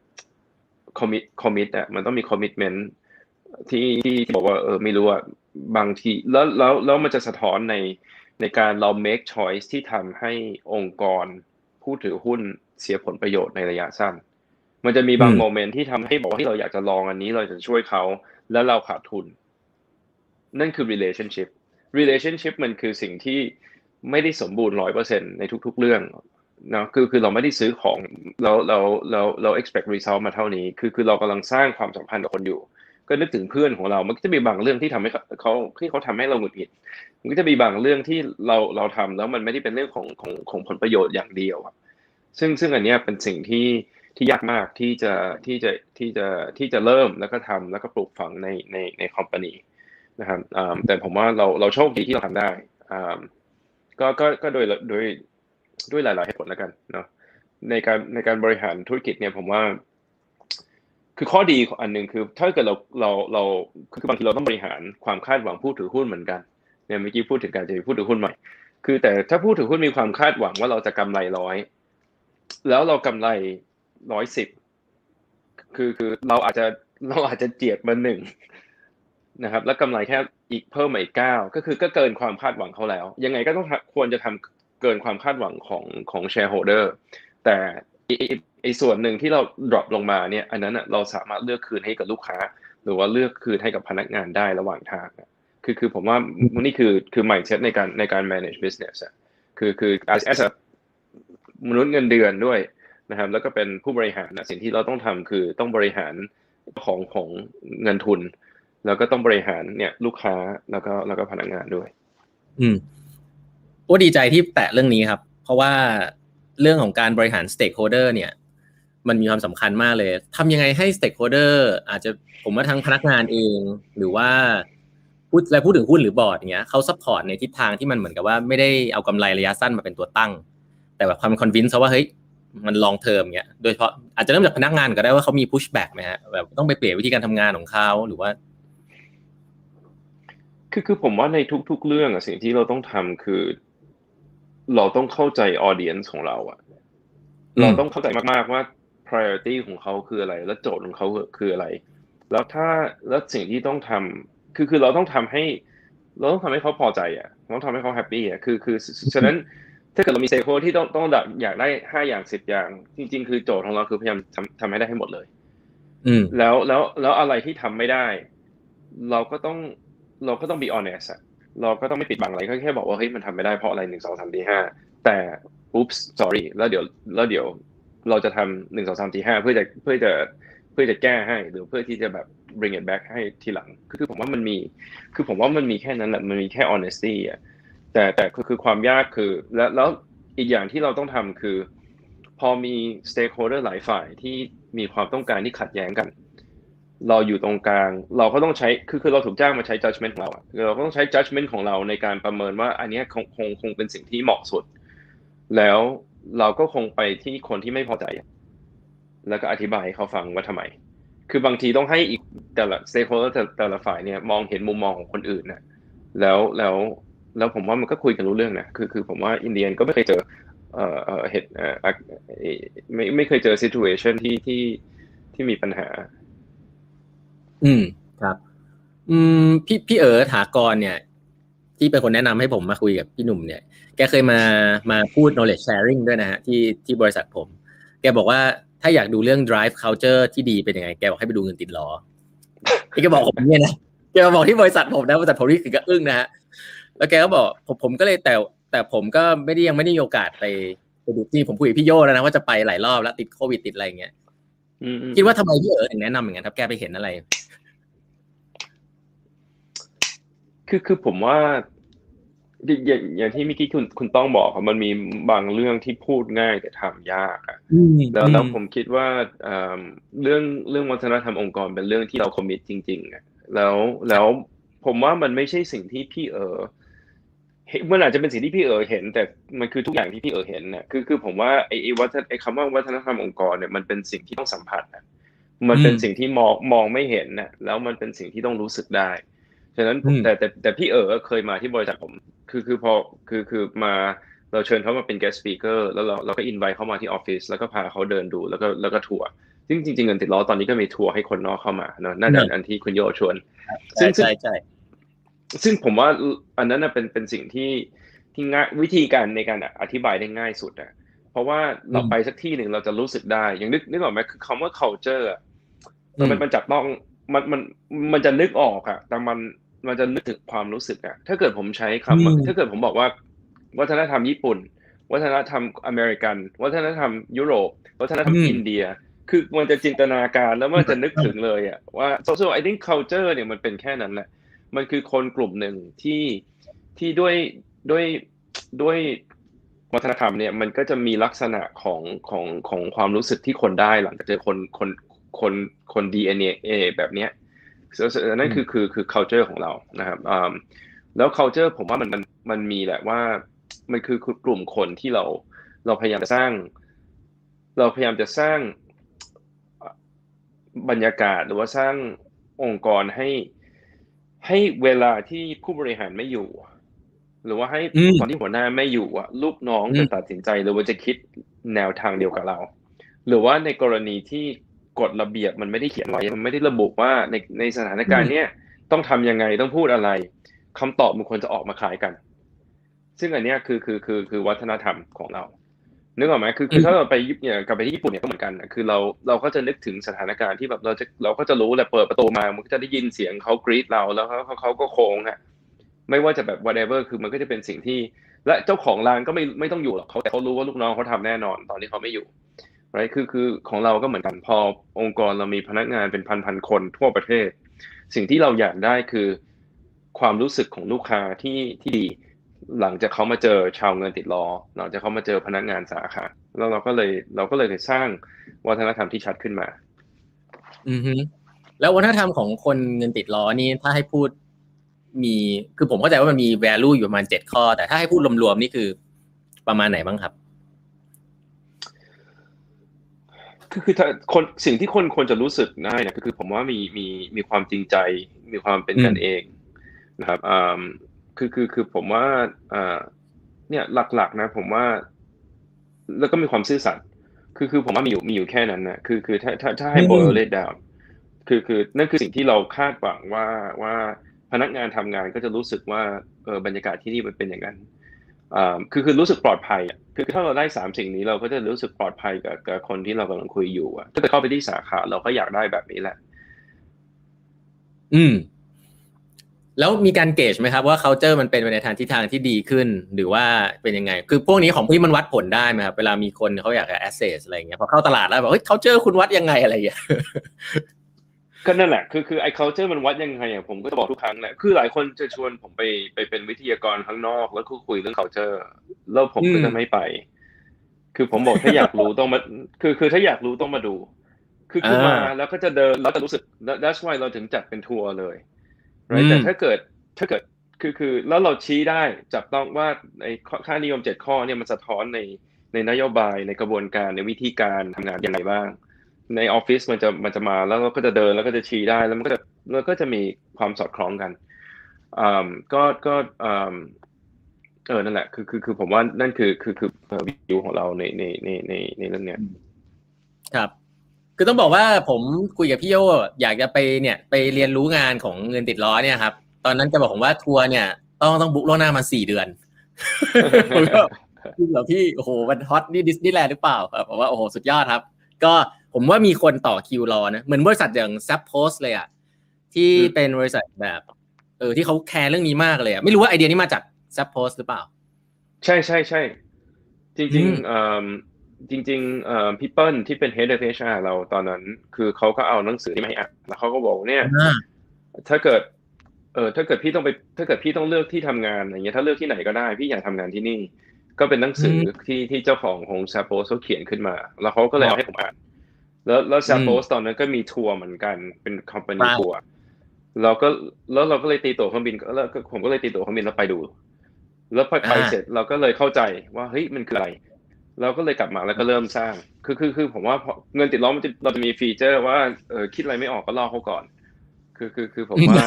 commit commit อ่ะมันต้องมี commitment ที่ที่บอกว่าเออไม่รู้อ่ะบางทีแล้วแล้วแล้วมันจะสะท้อนในในการเรา make choice ที่ทำให้องค์กรผู้ถือหุ้นเสียผลประโยชน์ในระยะสั้นมันจะมีบางโมเมนต์ที่ทำให้บอกว่าที่เราอยากจะลองอันนี้เราจะช่วยเขาแล้วเราขาดทุนนั่นคือ relationship relationship มันคือสิ่งที่ไม่ได้สมบูรณ์ ร้อยเปอร์เซ็นต์ ในทุกๆเรื่องเนาะคือคือเราไม่ได้ซื้อของเราเราเราเรา expect result มาเท่านี้คือคือเรากำลังสร้างความสัมพันธ์กับคนอยู่ก็นึกถึงเพื่อนของเรามันก็จะมีบางเรื่องที่ทำให้เขาที่เขาทำให้เราหงุดหงิดมันก็จะมีบางเรื่องที่เราเราทำแล้วมันไม่ได้เป็นเรื่องของของของผลประโยชน์อย่างเดียวซึ่งซึ่งอันนี้เป็นสิ่งที่ที่ยากมากที่จะที่จะที่จะที่จะเริ่มแล้วก็ทำแล้วก็ปลูกฝังในในในคอมพานีนะครับแต่ผมว่าเราเราโชคดีที่เราทำได้ก็ก็ก็โดยโดยด้วยหลายๆเหตุผลแล้วกันเนาะในการในการบริหารธุรกิจเนี่ยผมว่าคือข้อดีอันหนึ่งคือถ้าเกิดเราเราเราคือบางทีเราต้องบริหารความคาดหวังผู้ถือหุ้นเหมือนกันเนี่ยเมื่อกี้พูดถึงการจะมีผู้ถือหุ้นใหม่คือแต่ถ้าผู้ถือหุ้นมีความคาดหวังว่าเราจะกำไรร้อยแล้วเรากำไรร้อยสิบคือคือเราอาจจะเราอาจจะเจียดมาหนึ่งนะครับแล้วกำไรแค่อีกเพิ่มมาอีกเก้าก็คือก็เกินความคาดหวังเขาแล้วยังไงก็ต้องควรจะทำเกินความคาดหวังของของ shareholder แต่ไอ้ส่วนหนึ่งที่เรา drop ลงมาเนี่ยอันนั้นเราสามารถเลือกคืนให้กับลูกค้าหรือว่าเลือกคืนให้กับพนักงานได้ระหว่างทางคือคือผมว่านี่คือคือ mindset ในการในการ manage business อ่ะคือคือ as as a มนุษย์เงินเดือนด้วยนะครับแล้วก็เป็นผู้บริหารนะสิ่งที่เราต้องทำคือต้องบริหารของของเงินทุนแล้วก็ต้องบริหารเนี่ยลูกค้าแล้วก็แล้วก็พนักงานด้วยอืมโอ้ดีใจที่แตะเรื่องนี้ครับเพราะว่าเรื่องของการบริหาร stakeholder เนี่ยมันมีความสำคัญมากเลยทำยังไงให้ stakeholder อาจจะผมว่าทั้งพนักงานเองหรือว่าพูดอะไรพูดถึงหุ้นหรือบอร์ดอย่างเงี้ยเขาซัพพอร์ตในทิศทางที่มันเหมือนกับว่าไม่ได้เอากำไรระยะสั้นมาเป็นตัวตั้งแแต่แบบความคอนวินส์ว่าเฮ้ยมันลองเทอมเงี้ยโดยเฉพาะอาจจะเริ่มจากพนักงานก็ได้ว่าเขามีพุชแบ็กไหมฮะแบบต้องไปเปลี่ยนวิธีการทำงานของเขาหรือว่าคือคือผมว่าในทุกๆเรื่องอะสิ่งที่เราต้องทำคือเราต้องเข้าใจ audience ของเราอะเราต้องเข้าใจมากๆว่า priority ของเขาคืออะไรและโจทย์ของเขาคืออะไรแล้วถ้าแล้วสิ่งที่ต้องทำคือคือเราต้องทำให้เราต้องทำให้เขาพอใจอ่ะเราต้องทำให้เขาแฮปปี้อ่ะคือคือฉะนั้นถ้าเกิดเรามี stakeholder ที่ต้องต้องอยากได้ห้าอย่างสิบอย่างจริงๆคือโจทย์ของเราคือพยายามทำทำให้ได้ให้หมดเลยแล้วแล้วแล้วอะไรที่ทำไม่ได้เราก็ต้องเราก็ต้อง be honest อ่ะเราก็ต้องไม่ปิดบังอะไรก็แค่บอกว่าเฮ้ยมันทำไม่ได้เพราะอะไรหนึ่งสองสามสี่ห้าแต่ oops sorry แล้วเดี๋ยวแล้วเดี๋ยวเราจะทำหนึ่งสองสามสี่ห้าเพื่อจะเพื่อจะเพื่อจะแก้ให้หรือเพื่อที่จะแบบ bring it back ให้ทีหลังคือผมว่ามันมีคือผมว่ามันมีแค่นั้นแหละมันมีแค่ honesty อ่ะแต่แต่คือคือความยากคือแล้วแล้วอีกอย่างที่เราต้องทำคือพอมี stakeholder หลายฝ่ายที่มีความต้องการที่ขัดแย้งกันเราอยู่ตรงกลางเราก็ต้องใช้คือคือเราถูกจ้างมาใช้ judgment ของเราอะเราก็ต้องใช้ judgment ของเราในการประเมินว่าอันนี้คงคงคงเป็นสิ่งที่เหมาะสุดแล้วเราก็คงไปที่คนที่ไม่พอใจแล้วก็อธิบายให้เขาฟังว่าทำไมคือบางทีต้องให้อีกแต่ละ stakeholder แต่ละฝ่ายเนี่ยมองเห็นมุมมองของคนอื่นนะแล้วแล้วแล้วผมว่ามันก็คุยกันรู้เรื่องนะคือคือผมว่าอินเดียก็ไม่เคยเจอเอ่อเอ่อเหตุเอ่อไม่ไม่เคยเจอ situation ที่ที่ที่มีปัญหาอืมครับอืมพี่พี่เอ๋อถากรเนี่ยที่เป็นคนแนะนำให้ผมมาคุยกับพี่หนุ่มเนี่ยแกเคยมามาพูด knowledge sharing ด้วยนะฮะที่ที่บริษัทผมแกบอกว่าถ้าอยากดูเรื่อง drive culture ที่ดีเป็นยังไงแกบอกให้ไปดูเงินติดล้อแกบอกผมเนี่ยนะแกมาบอกที่บริษัทผมนะบริษัทผมนี่คือก็อึ้งนะฮะแล้วแกก็บอกผมผมก็เลยแต่แต่ผมก็ไม่ได้ยังไม่ได้มีโอกาสไปไปดูที่ผมคุยกับพี่โย่แล้วนะว่าจะไปหลายรอบแล้วติดโควิดติดอะไรอย่างเงี้ยคิดว่าทำไมพี่เอ๋อถึงแนะนำอย่างนั้นครับแกไปเห็นอะไรคือคือผมว่าอย่างอย่างที่เมื่อกี้คุณคุณต้องบอกครับมันมีบางเรื่องที่พูดง่ายแต่ทำยากอ่ะแล้วแล้วผมคิดว่าเรื่องเรื่องวัฒนธรรมองค์กรเป็นเรื่องที่เราคอมมิตจริงๆอ่ะแล้วแล้วผมว่ามันไม่ใช่สิ่งที่พี่เออมันอาจจะเป็นสิ่งที่พี่เออเห็นแต่มันคือทุกอย่างที่พี่เออเห็นน่ะคือคือผมว่าไอ้ไอ้วัฒนไอ้คำว่าวัฒนธรรมองค์กรเนี่ยมันเป็นสิ่งที่ต้องสัมผัสนะมันเป็นสิ่งที่มองมองไม่เห็นนะแล้วมันเป็นสิ่งที่ต้องรู้สึกได้ฉะนั้นแต่แต่แต่พี่เอ๋อเคยมาที่บริษัทผมคือคือพอคือคือมาเราเชิญเขามาเป็น guest speaker แล้วเราเราก็ invite เขามาที่ออฟฟิศแล้วก็พาเขาเดินดูแล้วก็แล้วก็ทัวร์ซึ่งจริงๆเงินติดล้อตอนนี้ก็มีทัวร์ให้คนนอกเข้ามาเนาะน่าจะอันที่คุณโยชวนซึ่งใช่ใช่ซึ่งผมว่าอันนั้นเป็นเป็นสิ่งที่ที่ง่ายวิธีการในการอธิบายได้ง่ายสุดอ่ะเพราะว่าเราไปสักที่หนึ่งเราจะรู้สึกได้อย่างนึกนึกออกไหมคือคำว่า culture อ่ะมันมันจับต้องมันมันมันจะนึกออกอะแต่มันมันจะนึกถึงความรู้สึกอะถ้าเกิดผมใช้คำถ้าเกิดผมบอกว่าวัฒนธรรมญี่ปุ่นวัฒนธรรมอเมริกันวัฒนธรรมยุโรปวัฒนธรรมอินเดียคือมันจะจินตนาการแล้วมันจะนึกถึงเลยอะว่า so so I think culture เนี่ยมันเป็นแค่นั้นแหละมันคือคนกลุ่มหนึ่งที่ที่ด้วยด้วยด้วยวัฒนธรรมเนี่ยมันก็จะมีลักษณะของของของความรู้สึกที่คนได้หลังจากเจอคนคนคนคน ดี เอ็น เอ แบบเนี้ยนั่นคือคือคือ culture ของเรานะครับแล้ว culture ผมว่ามันมันมันมีแหละว่ามันคือกลุ่มคนที่เราเราพยายามจะสร้างเราพยายามจะสร้างบรรยากาศหรือว่าสร้างองค์กรให้ให้เวลาที่ผู้บริหารไม่อยู่หรือว่าให้ตอนที่หัวหน้าไม่อยู่อ่ะลูกน้องจะตัดสินใจหรือว่าจะคิดแนวทางเดียวกับเราหรือว่าในกรณีที่กฎระเบียบมันไม่ได้เขียนไว้มันไม่ได้ระบุว่าในในสถานการณ์เนี้ยต้องทำยังไงต้องพูดอะไรคำตอบมันควรจะออกมาคล้ายกันซึ่งอันนี้คือคือคือคือวัฒนธรรมของเรานึกออกไหมคือคือถ้าเราไปเนี่ยกลับไปที่ญี่ปุ่นเนี่ยก็เหมือนกันคือเราเราก็จะนึกถึงสถานการณ์ที่แบบเราจะเราก็จะรู้แหละเปิดประตูมามันก็จะได้ยินเสียงเขากรี๊ดเราแล้วเขาเขาก็โค้งอ่ะไม่ว่าจะแบบ whatever คือมันก็จะเป็นสิ่งที่และเจ้าของร้านก็ไม่ไม่ต้องอยู่หรอกเขาแต่เขารู้ว่าลูกน้องเขาทำแน่นอนตอนที่เขาไม่อยู่ไรคือคือของเราก็เหมือนกันพอองค์กรเรามีพนักงานเป็นพันพันคนทั่วประเทศสิ่งที่เราอยากได้คือความรู้สึกของลูกค้าที่ที่ดีหลังจากเขามาเจอชาวเงินติดล้อหลังจากเขามาเจอพนักงานสาขาแล้วเราก็เลยเราก็เลยสร้างวัฒนธรรมที่ชัดขึ้นมาอือฮึแล้ววัฒนธรรมของคนเงินติดล้อนี่ถ้าให้พูดมีคือผมเข้าใจว่ามันมี value อยู่ประมาณเจ็ดข้อแต่ถ้าให้พูดรวมๆนี่คือประมาณไหนบ้างครับคือคือถ้าคนสิ่งที่คนควรจะรู้สึกได้เนี่ยคือผมว่ามีมีมีความจริงใจมีความเป็นกันเองนะครับอ่าคือคือคือผมว่าอ่าเนี่ยหลักๆนะผมว่าแล้วก็มีความซื่อสัตย์คือคือผมว่ามีอยู่มีอยู่แค่นั้นนะคือคือถ้าถ้าถ้าให้ boil it down คือคือนั่นคือสิ่งที่เราคาดหวังว่าว่าพนักงานทำงานก็จะรู้สึกว่าเออบรรยากาศที่นี่มันเป็นอย่างนั้นอ่าคือคือรู้สึกปลอดภัยอ่ะคือถ้าเราได้สามสิ่งนี้เราก็จะรู้สึกปลอดภัยกับกับคนที่เรากำลังคุยอยู่อ่ะถ้าเกิดเข้าไปที่สาขาเราก็อยากได้แบบนี้แหละอืมแล้วมีการเกจไหมครับว่า culture มันเป็นไปในทางทิศทางที่ดีขึ้นหรือว่าเป็นยังไงคือพวกนี้ของพี่มันวัดผลได้ไหมครับเวลามีคนเขาอยากจะ access อะไรอย่างเงี้ยพอเข้าตลาดแล้วแบบเฮ้ย culture คุณวัดยังไงอะไรอย่างเงี้ยก็นั่นแหละคือคือไอ้ culture มันวัดยังไงอ่ะผมก็จะบอกทุกครั้งแหละคือหลายคนจะชวนผมไปไปเป็นวิทยากรข้างนอกแล้วก็คุยเรื่อง culture แล้วผมก็จะไม่ไปคือผมบอกถ้าอยากรู้ต้องมาคือคือถ้าอยากรู้ต้องมาดูคือคือมาแล้วก็จะเดินแล้วจะรู้สึก that's why เราถึงจัดเป็นทัวร์เลย right แต่ถ้าเกิดถ้าเกิดคือคือแล้วเราชี้ได้จับต้องว่าไอ้ค่านิยมเจ็ดข้อเนี่ยมันสะท้อนในในนโยบายในกระบวนการในวิธีการทำงานยังไงบ้างในออฟฟิศมันจะมันจะมาแล้วเราก็จะเดินแล้วก็จะชี้ได้แล้วมันก็จะแล้วก็จะมีความสอดคล้องกันอ่าก็ก็อ่าเออนั่นแหละคือคือคือผมว่านั่นคือคือคือวิวของเราในในในในในเรื่องเนี้ยครับคือต้องบอกว่าผมคุยกับพี่โยอยากจะไปเนี่ยไปเรียนรู้งานของเงินติดล้อเนี่ยครับตอนนั้นจะบอกผมว่าทัวร์เนี่ยต้องต้องบุ๊กล่วงหน้ามาสี่เดือนผมก็จริงเหรอพี่โอ้โหมันฮอตนี่ดิสนีย์แลนด์หรือเปล่าครับผมว่าโอ้โหสุดยอดครับก็ผมว่ามีคนต่อคิวรอนะเหมือนบริษัทอย่าง Zappos เลยอ่ะที่เป็นบริษัทแบบเออที่เขาแคร์เรื่องนี้มากเลยอ่ะไม่รู้ว่าไอเดียนี้มาจาก Zappos หรือเปล่าใช่ใช่ใช่จริงๆเอ่อจริงๆเอ่อพี่เปิ้ลที่เป็น Head of เอช อาร์ เราตอนนั้นคือเขาก็เอาหนังสือที่มาให้อ่านแล้วเขาก็บอกเนี่ยถ้าเกิดเออถ้าเกิดพี่ต้องไปถ้าเกิดพี่ต้องเลือกที่ทำงานอย่างเงี้ยถ้าเลือกที่ไหนก็ได้พี่อยากทำงานที่นี่ก็เป็นหนังสือที่ที่เจ้าของของ Zappos เขาเขียนขึ้นมาแล้วเขาก็เลยเอาให้ผมอ่านแล้วแล้ว Zappos ตอนนั้นก็มีทัวร์เหมือนกันเป็นคอมพานีทัวร์เราก็แล้วเราก็เลยตีตั๋วเครื่องบินแล้วผมก็เลยตีตั๋วเครื่องบินแล้วไปดูแล้วพอไปเสร็จเราก็เลยเข้าใจว่าเฮ้ยมันคืออะไรเราก็เลยกลับมาแล้วก็เริ่มสร้างคือคือคือผมว่าเงินติดล้อมันจะเราจะมีฟีเจอร์ว่าเออคิดอะไรไม่ออกก็ลอกเขาก่อนคือคือคือผมว่า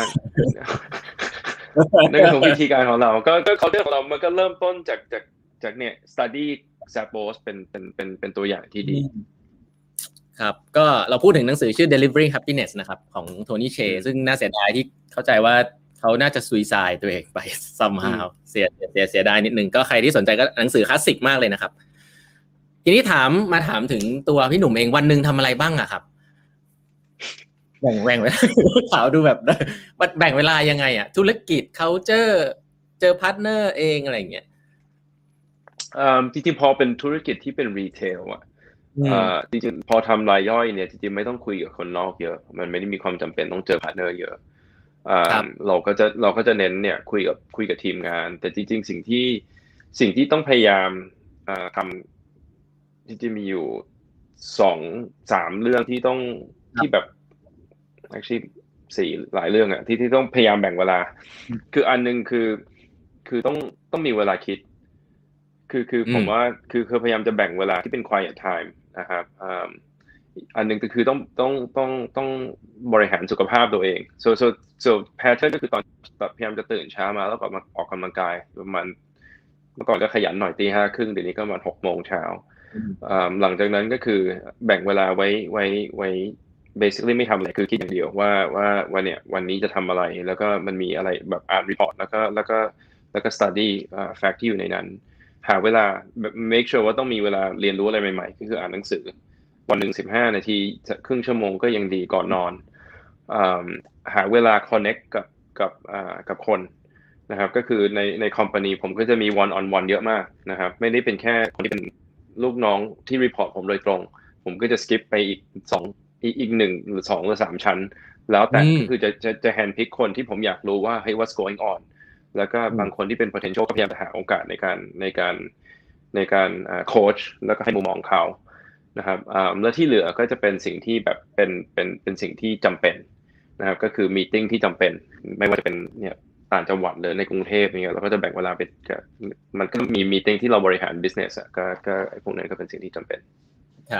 นั่นก็คือวิธีการของเราก็ก็เขาเรื่องของเรามันก็เริ่มต้นจากจากจากเนี่ย study Zappos เป็นเป็นเป็นเป็นตัวอย่างที่ดีครับก็เราพูดถึงหนังสือชื่อ Delivering Happiness นะครับของโทนี่เชซึ่งน่าเสียดายที่เข้าใจว่าเขาน่าจะซุยไซด์ตัวเองไป somehow เสียเสียเสียดายนิดนึงก็ใครที่สนใจก็หนังสือคลาสสิกมากเลยนะครับทีนี้ถามมาถามถึงตัวพี่หนุ่มเองวันนึงทำอะไรบ้างอะครับแบ่งแบ่งเวลาข่าวดูแบบแบ่งเวลายังไงอะธุรกิจ culture เจอพาร์ทเนอร์เองอะไรอย่างเงี้ยจริงๆพอเป็นธุรกิจที่เป็นรีเทลอ่ะจริงๆพอทำรายย่อยเนี่ยจริงๆไม่ต้องคุยกับคนนอกเยอะมันไม่ได้มีความจำเป็นต้องเจอพาร์ทเนอร์เยอะเราก็จะเราก็จะเน้นเนี่ยคุยกับคุยกับทีมงานแต่จริงๆสิ่งที่สิ่งที่ต้องพยายามทำจริงๆมีอยู่สองสามเรื่องที่ต้องที่แบบ actually สี่หลายเรื่องอะที่ที่ต้องพยายามแบ่งเวลาคืออันนึงคือคือต้องต้องมีเวลาคิดคือคือผมว่าคือคือพยายามจะแบ่งเวลาที่เป็น quiet time นะครับอันนึงก็คือต้องต้องต้องต้องบริหารสุขภาพตัวเอง so so so pattern ก็คือตอนพยายามจะตื่นเช้ามาแล้วก็มาออกกำลังกายประมาณเมื่อก่อนก็ขยันหน่อยตีห้าครึ่งเดี๋ยวนี้ก็ประมาณหกโมงเช้าหลังจากนั้นก็คือแบ่งเวลาไว้ไว้ไว้ basically ไม่ทำอะไรคือคิดอย่างเดียวว่าว่าวันเนี้ยวันนี้จะทำอะไรแล้วก็มันมีอะไรแบบอ่าน report แล้วก็แล้วก็แล้วก็ study fact ที่อยู่ในนั้นหาเวลา make sure ว่าต้องมีเวลาเรียนรู้อะไรใหม่ๆก็คืออ่านหนังสือวันหนึ่งสิบห้านาทีครึ่งชั่วโมงก็ยังดีก่อนนอนหาเวลา connect กับกับกับคนนะครับก็คือในใน company ผมก็จะมี one on one เยอะมากนะครับไม่ได้เป็นแค่คนที่เป็นลูกน้องที่ report ผมโดยตรงผมก็จะ skip ไปอีกสองอีกอีกหนึ่งหรือสองหรือสามชั้นแล้วแต่ก็คือจะจะจะ hand pick คนที่ผมอยากรู้ว่าเฮ้ย what's going on แล้วก็บางคนที่เป็น potential ก็พยายามหาโอกาสในการในการในการโค้ชแล้วก็ให้มุมมองเขานะครับแล้วที่เหลือก็จะเป็นสิ่งที่แบบเป็นเป็นเป็นสิ่งที่จำเป็นนะครับก็คือมีติ้งที่จำเป็นไม่ว่าจะเป็นเนี่ยต่างจังหวัดหรือในกรุงเทพเนี่ยเราก็จะแบ่งเวลาไปมันก็มีมีติ้งที่เราบริหาร business อ่ะก็ก็ไอ้พวกนั้นก็เป็นสิ่งที่จำเป็นครับ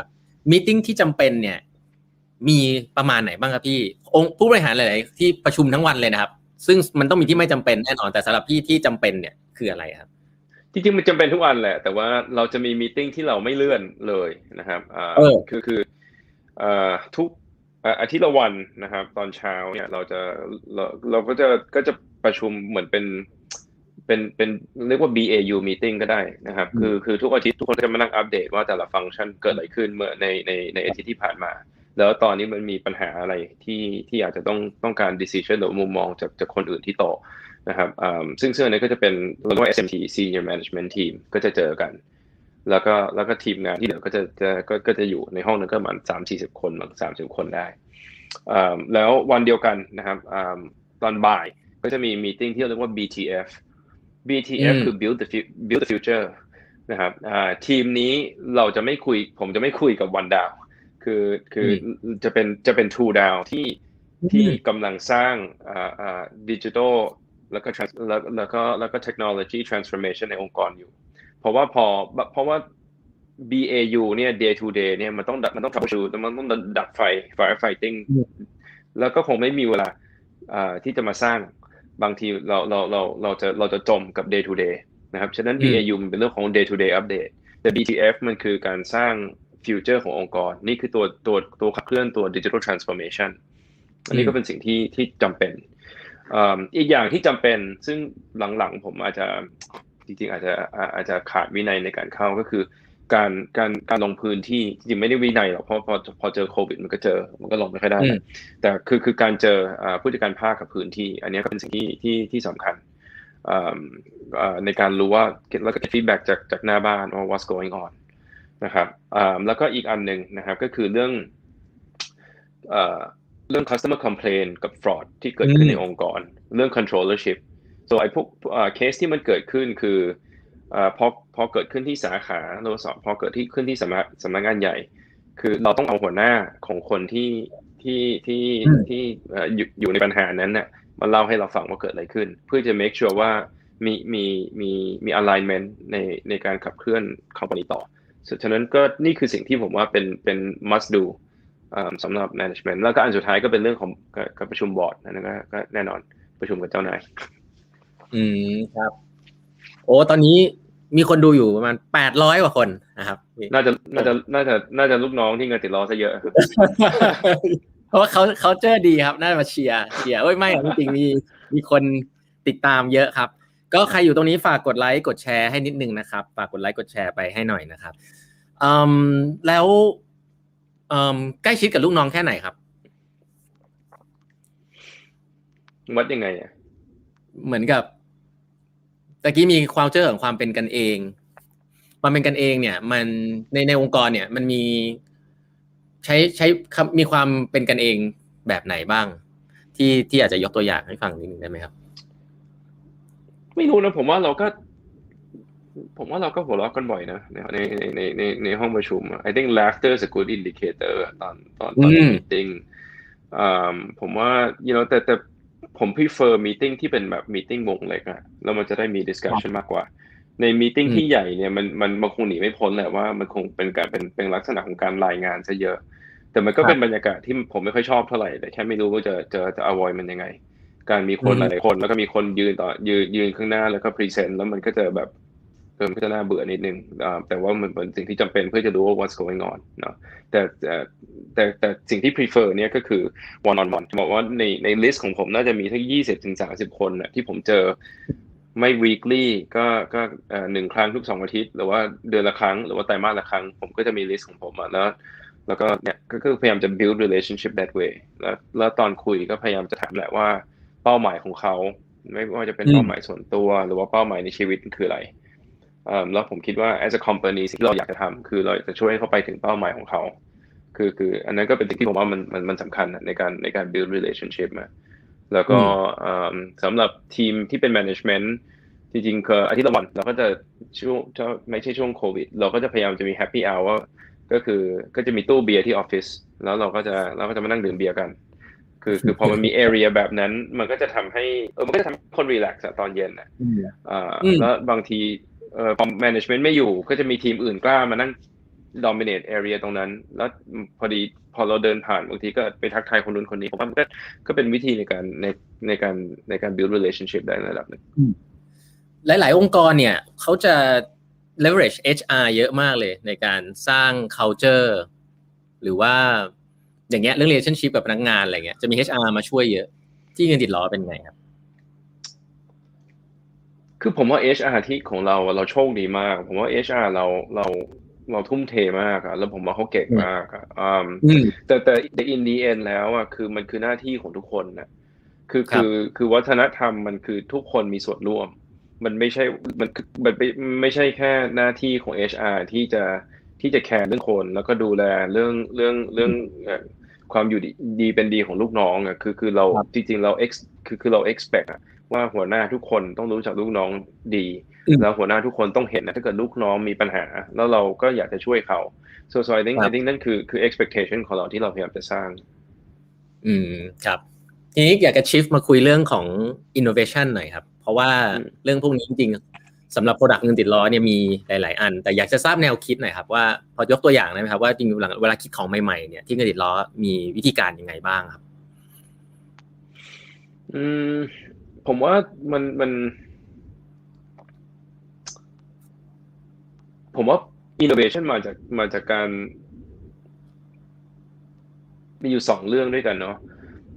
มีตติ้งที่จำเป็นเนี่ยมีประมาณไหนบ้างครับพี่องค์ผู้บริหารหลายๆที่ประชุมทั้งวันเลยนะครับซึ่งมันต้องมีที่ไม่จำเป็นแน่นอนแต่สำหรับพี่ที่จำเป็นเนี่ยคืออะไรครับจริงๆมันจำเป็นทุกวันแหละแต่ว่าเราจะมีมีตติ้งที่เราไม่เลื่อนเลยนะครับอ่าคือคืออ่าทุกอาทิตย์ละวันนะครับตอนเช้าเนี่ยเราจะเราเราก็จะก็จะประชุมเหมือนเป็นเป็นเป็นเรียกว่า บี เอ ยู meeting ก็ได้นะครับคือคือทุกอาทิตย์ทุกคนจะมานั่งอัปเดตว่าแต่ละฟังก์ชันเกิดอะไรขึ้นเมื่อในในในอาทิตย์ที่ผ่านมาแล้วตอนนี้มันมีปัญหาอะไรที่ที่อาจจะต้องต้องการ decision หรือมุมมองจากจากคนอื่นที่โตนะครับซึ่งซึ่งอันนี้ก็จะเป็นเราเรียกว่า เอส เอ็ม ที Senior Management Team ก็จะเจอกันแล้วก็แล้วก็ทีมงานที่เหลือก็จะจะก็ก็จะอยู่ในห้องนั้นก็ประมาณสามสี่สิบคนบางสามสิบคนได้แล้ววันเดียวกันนะครับตอนบ่ายก็จะมีมีตติ้งที่เรียกว่า บี ที เอฟ บี ที เอฟ คือ build the build the future นะครับทีมนี้เราจะไม่คุยผมจะไม่คุยกับวันดาวคือคือจะเป็นจะเป็น two ดาวที่ที่กำลังสร้างอ่าอ่า digital แล้วก็แล้วแล้วก็แล้วก็ technology transformation ในองค์กรอยู่เพราะว่าพอเพราะว่า บี เอ ยู เนี่ย day to day เนี่ยมันต้องมันต้องทำชูมันต้องดับไฟ fire fighting แล้วก็คงไม่มีเวลาอ่าที่จะมาสร้างบางทีเราเราเราเราจะเราจะจมกับ day to day นะครับฉะนั้น บี เอ ยู มันเป็นเรื่องของ day to day update แต่ บี ที เอฟ มันคือการสร้าง future ขององค์กรนี่คือตัวตัวตัวขับเคลื่อนตัว digital transformation อันนี้ก็เป็นสิ่งที่ที่จำเป็นอีกอย่างที่จำเป็นซึ่งหลังๆผมอาจจะจริงๆอาจจะอาจจะขาดวินัยในการเข้าก็คือการการการลงพื้นที่จริงๆไม่ได้วินัยหรอกเพราะพอพอเจอโควิดมันก็เจอมันก็ลงไม่ค่อยได้แต่คือคือการเจอผู้จัดการภาคกับพื้นที่อันนี้ก็เป็นสิ่งที่ที่ที่สำคัญในการรู้ว่าแล้วก็ feedback จากจากหน้าบ้านว่า what's going on นะครับแล้วก็อีกอันหนึ่งนะครับก็คือเรื่องเรื่อง customer complaint กับ fraud ที่เกิดขึ้นในองค์กรเรื่อง controllership so ไอ้พวกเคสที่มันเกิดขึ้นคือพอพอเกิดขึ้นที่สาขาเราสอบพอเกิดที่ขึ้นที่สำนักสำนักงานใหญ่คือเราต้องเอาหัวหน้าของคนที่ที่ที่ที่อยู่อยู่ในปัญหานั้นน่ะมาเล่าให้เราฟังว่าเกิดอะไรขึ้นเพื่อจะ make sure ว่ามีมีมีมี alignment ในในการขับเคลื่อน company ต่อฉะนั้นก็นี่คือสิ่งที่ผมว่าเป็นเป็น must doสำหรับ management แล้วก็อันสุดท้ายก็เป็นเรื่องของการประชุมบอร์ดนะก็แน่นอนประชุมกับเจ้านายอืมครับโอ้ตอนนี้มีคนดูอยู่ประมาณแปดร้อยกว่าคนนะครับน่าจะน่าจะน่าจะน่าจะลูกน้องที่เงินติดล้อซะเยอะเพราะว่าเขาเขาเจอดีครับน่ามาเชียร์เชียร์เอ้ยไม่จริงๆมีมีคนติดตามเยอะครับก็ใครอยู่ตรงนี้ฝากกดไลค์กดแชร์ให้นิดนึงนะครับฝากกดไลค์กดแชร์ไปให้หน่อยนะครับอืมแล้วอืมใกล้ชิดกับลูกน้องแค่ไหนครับวัดยังไงอ่ะเหมือนกับตะกี้มีความเจอของความเป็นกันเองความเป็นกันเองเนี่ยมันในในองค์กรเนี่ยมันมีใช้ใช้มีความเป็นกันเองแบบไหนบ้างที่ที่อาจจะยกตัวอย่างให้ฟังนิดนึงได้ไหมครับไม่รู้นะผมว่าเราก็ผมว่าเราก็หัวเราะกันบ่อยนะในในในในในห้องประชุม I think laughter is a good indicator ตอนตอนตอน meeting ผมว่า you know แต่แต่ผม prefer meeting ที่เป็นแบบ meeting วงเล็กอะแล้วมันจะได้มี discussion มากกว่าใน meeting ที่ใหญ่เนี่ยมันมันมันคงหนีไม่พ้นแหละว่ามันคงเป็นการเป็นเป็นลักษณะของการรายงานซะเยอะแต่มันก็เป็นบรรยากาศที่ผมไม่ค่อยชอบเท่าไหร่แต่แค่ไม่รู้ว่าจะจะจะ avoid มันยังไงการมีคนหลายคนแล้วก็มีคนยืนต่อยืนยืนข้างหน้าแล้วก็ present แล้วมันก็จะแบบเออมันก็จะน่าเบื่อนิดนึงแต่ว่ามันเป็นสิ่งที่จำเป็นเพื่อจะรู้ว่า what's going on เนาะแต่แต่แต่สิ่งที่ prefer เนี่ยก็คือ one on one บอกว่าในใน list ของผมน่าจะมีทั้งยี่สิบถึงสามสิบคนน่ะที่ผมเจอไม่ weekly ก็ก็เอ่อหนึ่งครั้งทุกสองอาทิตย์หรือว่าเดือนละครั้งหรือว่าไตรมาสละครั้งผมก็จะมี list ของผมอ่ะแล้วแล้วก็เนี่ยก็คือพยายามจะ build relationship that way แล้วแล้วตอนคุยก็พยายามจะถามแหละว่าเป้าหมายของเขาไม่ว่าจะเป็นเป้าหมายส่วนตัวหรือว่าเป้าหมายในชีวิตคืออะไรแล้วผมคิดว่า as a company สิ่งที่เราอยากจะทำคือเราจะช่วยให้เขาไปถึงเป้าหมายของเขาคือคืออันนั้นก็เป็นสิ่งที่ผมว่ามันมันมันสำคัญในการในการ build relationship มาแล้วก็สำหรับทีมที่เป็น management จริงๆคืออาทิตย์ละวันเราก็จะช่วงไม่ใช่ช่วงโควิดเราก็จะพยายามจะมี happy hour ก็คือก็จะมีตู้เบียร์ที่ออฟฟิศแล้วเราก็จะเราก็จะมานั่งดื่มเบียร์กันคือคือพอมันมี area แบบนั้นมันก็จะทำให้เออมันก็จะทำให้คน relax ตอนเย็นนะอ่าแล้วบางทีเอ่อพอ management ไม่อยู่ก็จะมีทีมอื่นกล้ามานั่ง dominate area ตรงนั้นแล้วพอดีพอเราเดินผ่านบางทีก็ไปทักทายคนนู้นคนนี้ผมว่ามันก็ก็เป็นวิธีในการในในการในการ build relationship ได้ในระดับนึงหลายๆองค์กรเนี่ยเขาจะ leverage เอช อาร์ เยอะมากเลยในการสร้าง culture หรือว่าอย่างเงี้ยเรื่อง relationship กับพนักงานอะไรเงี้ยจะมี เอช อาร์ มาช่วยเยอะที่เงินติดล้อเป็นไงครับคือผมว่า เอช อาร์ ที่ของเราเราโชคดีมากผมว่า เอช อาร์ เราเราเราทุ่มเทมากอะแล้วผมว่าเขาเก่งมากอะอืมแต่แต่แต่ in the end แล้วอะคือมันคือหน้าที่ของทุกคนนะคือคือคือวัฒนธรรมมันคือทุกคนมีส่วนร่วมมันไม่ใช่มันมันไม่ใช่แค่หน้าที่ของ เอช อาร์ ที่จะที่จะแคร์เรื่องคนแล้วก็ดูแลเรื่องเรื่องเรื่องความอยู่ดีเป็นดีของลูกน้องอะคือคือเราจริงๆเรา ex คือคือเรา expect อะว่าหัวหน้าทุกคนต้องรู้จักลูกน้องดีแล้วหัวหน้าทุกคนต้องเห็นนะถ้าเกิดลูกน้องมีปัญหาแล้วเราก็อยากจะช่วยเขา so so I think I think นั่นคือคือ expectation ของเราที่เราพยายามจะสร้างอืมครับทีนี้อยากจะ shift มาคุยเรื่องของ innovation หน่อยครับเพราะว่าเรื่องพวกนี้จริงๆสำหรับ product เงินติดล้อเนี่ยมีหลายๆอันแต่อยากจะทราบแนวคิดหน่อยครับว่าพอยกตัวอย่างได้ไหมครับว่าจริงๆเวลาคิดของใหม่ๆเนี่ยที่เงินติดล้อมีวิธีการยังไงบ้างครับอืมผมว่ามันมันผมว่า innovation มาจากมาจากการมีอยู่สองเรื่องด้วยกันเนาะ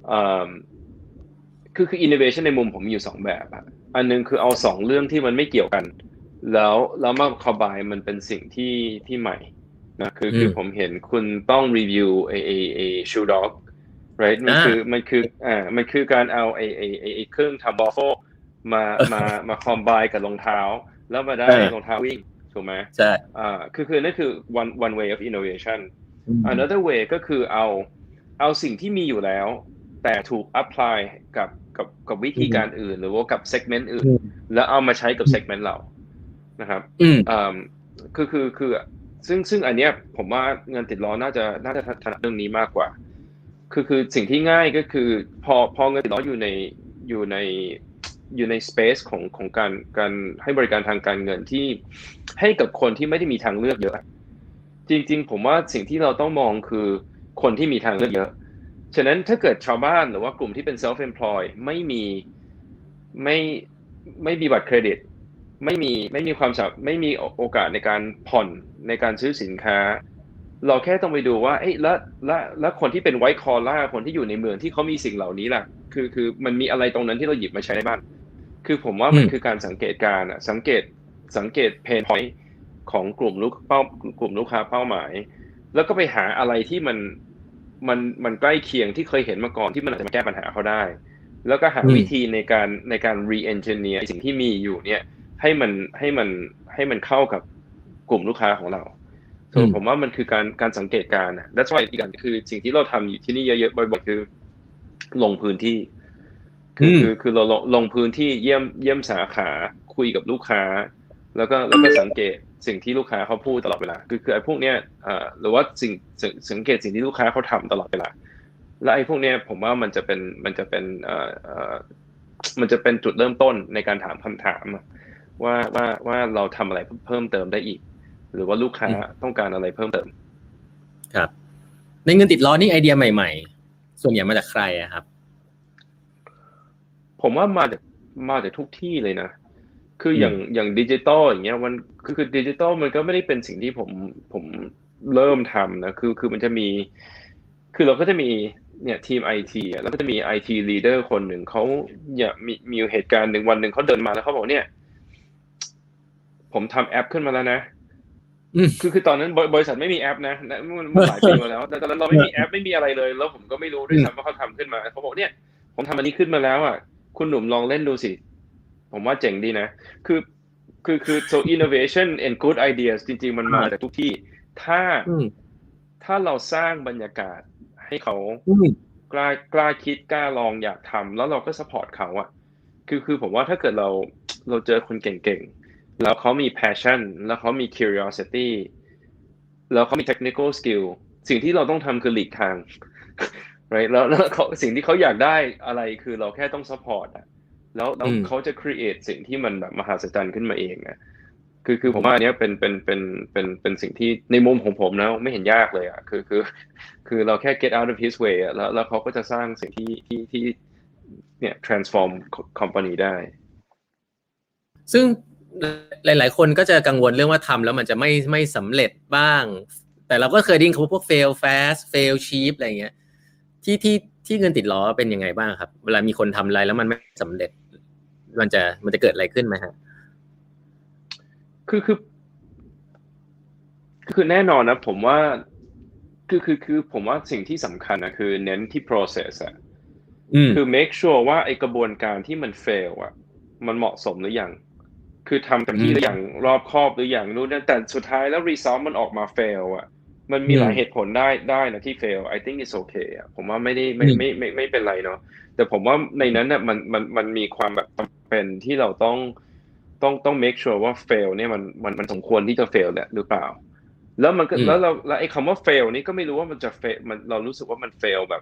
คือคือ innovation ในมุมผมมีอยู่สองแบบอะอันนึงคือเอาสองเรื่องที่มันไม่เกี่ยวกันแล้วแล้วมา combine มันเป็นสิ่งที่ที่ใหม่นะคือคือผมเห็นคุณต้องรีวิวไอไอไอ shoe dog right มันคือมันคืออ่ามันคือการเอาไอไอไอเครื่องทำ waffle มามามา combine กับรองเท้าแล้วมาได้รองเท้าวิ่งถูกไหมใช่อ่าคือคือนั่นคือ one one way of innovation another way ก็คือเอาเอาสิ่งที่มีอยู่แล้วแต่ถูก apply กับกับกับวิธีการอื่นหรือว่ากับ segment อื่นแล้วเอามาใช้กับ segment เรานะครับอ่าคือคือคือซึ่งซึ่งอันเนี้ยผมว่าเงินติดล้อน่าจะน่าจะถนัดเรื่องนี้มากกว่าคือคือสิ่งที่ง่ายก็คือพอพอเงินติดล้ออยู่ในอยู่ในอยู่ใน space ของของการการให้บริการทางการเงินที่ให้กับคนที่ไม่ได้มีทางเลือกเยอะจริงๆผมว่าสิ่งที่เราต้องมองคือคนที่มีทางเลือกเยอะฉะนั้นถ้าเกิดชาวบ้านหรือว่ากลุ่มที่เป็น self employed ไม่มีไม่ไม่มีบัตรเครดิตไม่มีไม่มีความสามารถไม่มีโอกาสในการผ่อนในการซื้อสินค้าเราแค่ต้องไปดูว่าเอ้ยแล้วแล้วแล้วคนที่เป็นไวท์คอลล่าคนที่อยู่ในเมืองที่เขามีสิ่งเหล่านี้ล่ะคือคือมันมีอะไรตรงนั้นที่เราหยิบมาใช้ได้บ้างคือผมว่ามันคือการสังเกตการณ์สังเกตสังเกตเพนพอยต์ของกลุ่มลูกเป้ากลุ่มลูกค้าเป้าหมายแล้วก็ไปหาอะไรที่มันมันมันใกล้เคียงที่เคยเห็นมาก่อนที่มันอาจจะมาแก้ปัญหาเขาได้แล้วก็หาวิธีในการในการ re-engineer สิ่งที่มีอยู่เนี่ยให้มันให้มันให้มันเข้ากับกลุ่มลูกค้าของเราส่วนผมว่ามันคือการการสังเกตการณ์นะ that's why อีกอย่างคือสิ่งที่เราทำอยู่ที่นี่เยอะๆบ่อยๆคือลงพื้นที่คือคือคือเราลงพื้นที่เยี่ยมเยี่ยมสาขาคุยกับลูกค้าแล้วก็แล้วก็สังเกตสิ่งที่ลูกค้าเขาพูดตลอดเวลาคือคือไอ้พวกเนี้ยอ่าหรือว่าสิ่งสังเกตสิ่งที่ลูกค้าเขาทำตลอดเวลาและไอ้พวกเนี้ยผมว่ามันจะเป็นมันจะเป็นเอ่อเอ่อมันจะเป็นจุดเริ่มต้นในการถามคำถามว่าว่าว่าเราทำอะไรเพิ่มเติมได้อีกหรือว่าลูกค้าต้องการอะไรเพิ่มเติมครับในเงินติดล้อนี่ไอเดียใหม่ๆส่วนใหญ่มาจากใครอะครับผมว่ามาจากมาจากทุกที่เลยนะคืออย่างอย่างดิจิตอลอย่างเงี้ยมันคือคือดิจิตอลมันก็ไม่ได้เป็นสิ่งที่ผมผมเริ่มทำนะคือคือมันจะมีคือเราก็จะมีเนี่ยทีม ไอ ที อ่ะแล้วก็จะมี ไอ ที leader คนหนึ่งเขาเนี่ยมีมีเหตุการณ์หนึ่งวันหนึ่งเขาเดินมาแล้วเขาบอกเนี่ยผมทำแอปขึ้นมาแล้วนะคือคือตอนนั้นบริษัทไม่มีแอปนะมันหลายปีมาแล้วแต่ตอนนั้นเราไม่มีแอปไม่มีอะไรเลยแล้วผมก็ไม่รู้ด้วยซ้ำว่าเขาทำขึ้นมาเขาบอกเนี่ยผมทำอันนี้ขึ้นมาแล้วอ่ะคุณหนุ่มลองเล่นดูสิผมว่าเจ๋งดีนะคือคือคือ so innovation and good ideas จริงๆมันมาจากทุกที่ถ้าถ้าเราสร้างบรรยากาศให้เขากล้ากล้าคิดกล้าลองอยากทำแล้วเราก็ support เขาอ่ะคือคือผมว่าถ้าเกิดเราเราเจอคนเก่งๆแล้วเขามี passion แล้วเขามี curiosity แล้วเขามี technical skill สิ่งที่เราต้องทำคือหลีกทาง right แล้วแล้วเขาสิ่งที่เขาอยากได้อะไรคือเราแค่ต้อง support อ่ะแล้วแล้วเขาจะ create สิ่งที่มันแบบมหัศจรรย์ขึ้นมาเองอ่ะคือคือผมว่าอันนี้เป็นเป็นเป็นเป็นเป็นสิ่งที่ในมุมของผมนะไม่เห็นยากเลยอ่ะคือคือคือเราแค่ get out of his way อ่ะแล้วแล้วเขาก็จะสร้างสิ่งที่ที่ที่เนี่ย transform company ได้ซึ่งหลายๆคนก็จะกังวลเรื่องว่าทำแล้วมันจะไม่ไม่สำเร็จบ้างแต่เราก็เคยได้ยินเขาพวก fail fast fail cheap อะไรเงี้ยที่ที่ที่เงินติดล้อเป็นยังไงบ้างครับเวลามีคนทำอะไรแล้วมันไม่สำเร็จมันจะมันจะเกิดอะไรขึ้นไหมฮะคือคือคือแน่นอนนะผมว่าคือคือคือผมว่าสิ่งที่สำคัญนะคือเน้นที่ process อะคือ make sure ว่าไอกระบวนการที่มัน fail อะมันเหมาะสมหรือยังคือทำเต็มที่หรือยังรอบคอบหรือยังนู่นนั่นแต่สุดท้ายแล้ว result มันออกมา fail อะมันมีหลายเหตุผลได้ได้นะที่ fail I think it's okay อะผมว่าไม่ได้ไม่ไม่ไม่ไม่เป็นไรเนาะแต่ผมว่าในนั้นน่ะมันมันมันมีความแบบจำเป็นที่เราต้องต้องต้อง make sure ว่า fail เนี่ยมันมันมันสมควรที่จะ fail แหละหรือเปล่าแล้วมันก็แล้วเราแล้วไอ้คำว่า fail นี่ก็ไม่รู้ว่ามันจะ fail มันเรารู้สึกว่ามัน fail แบบ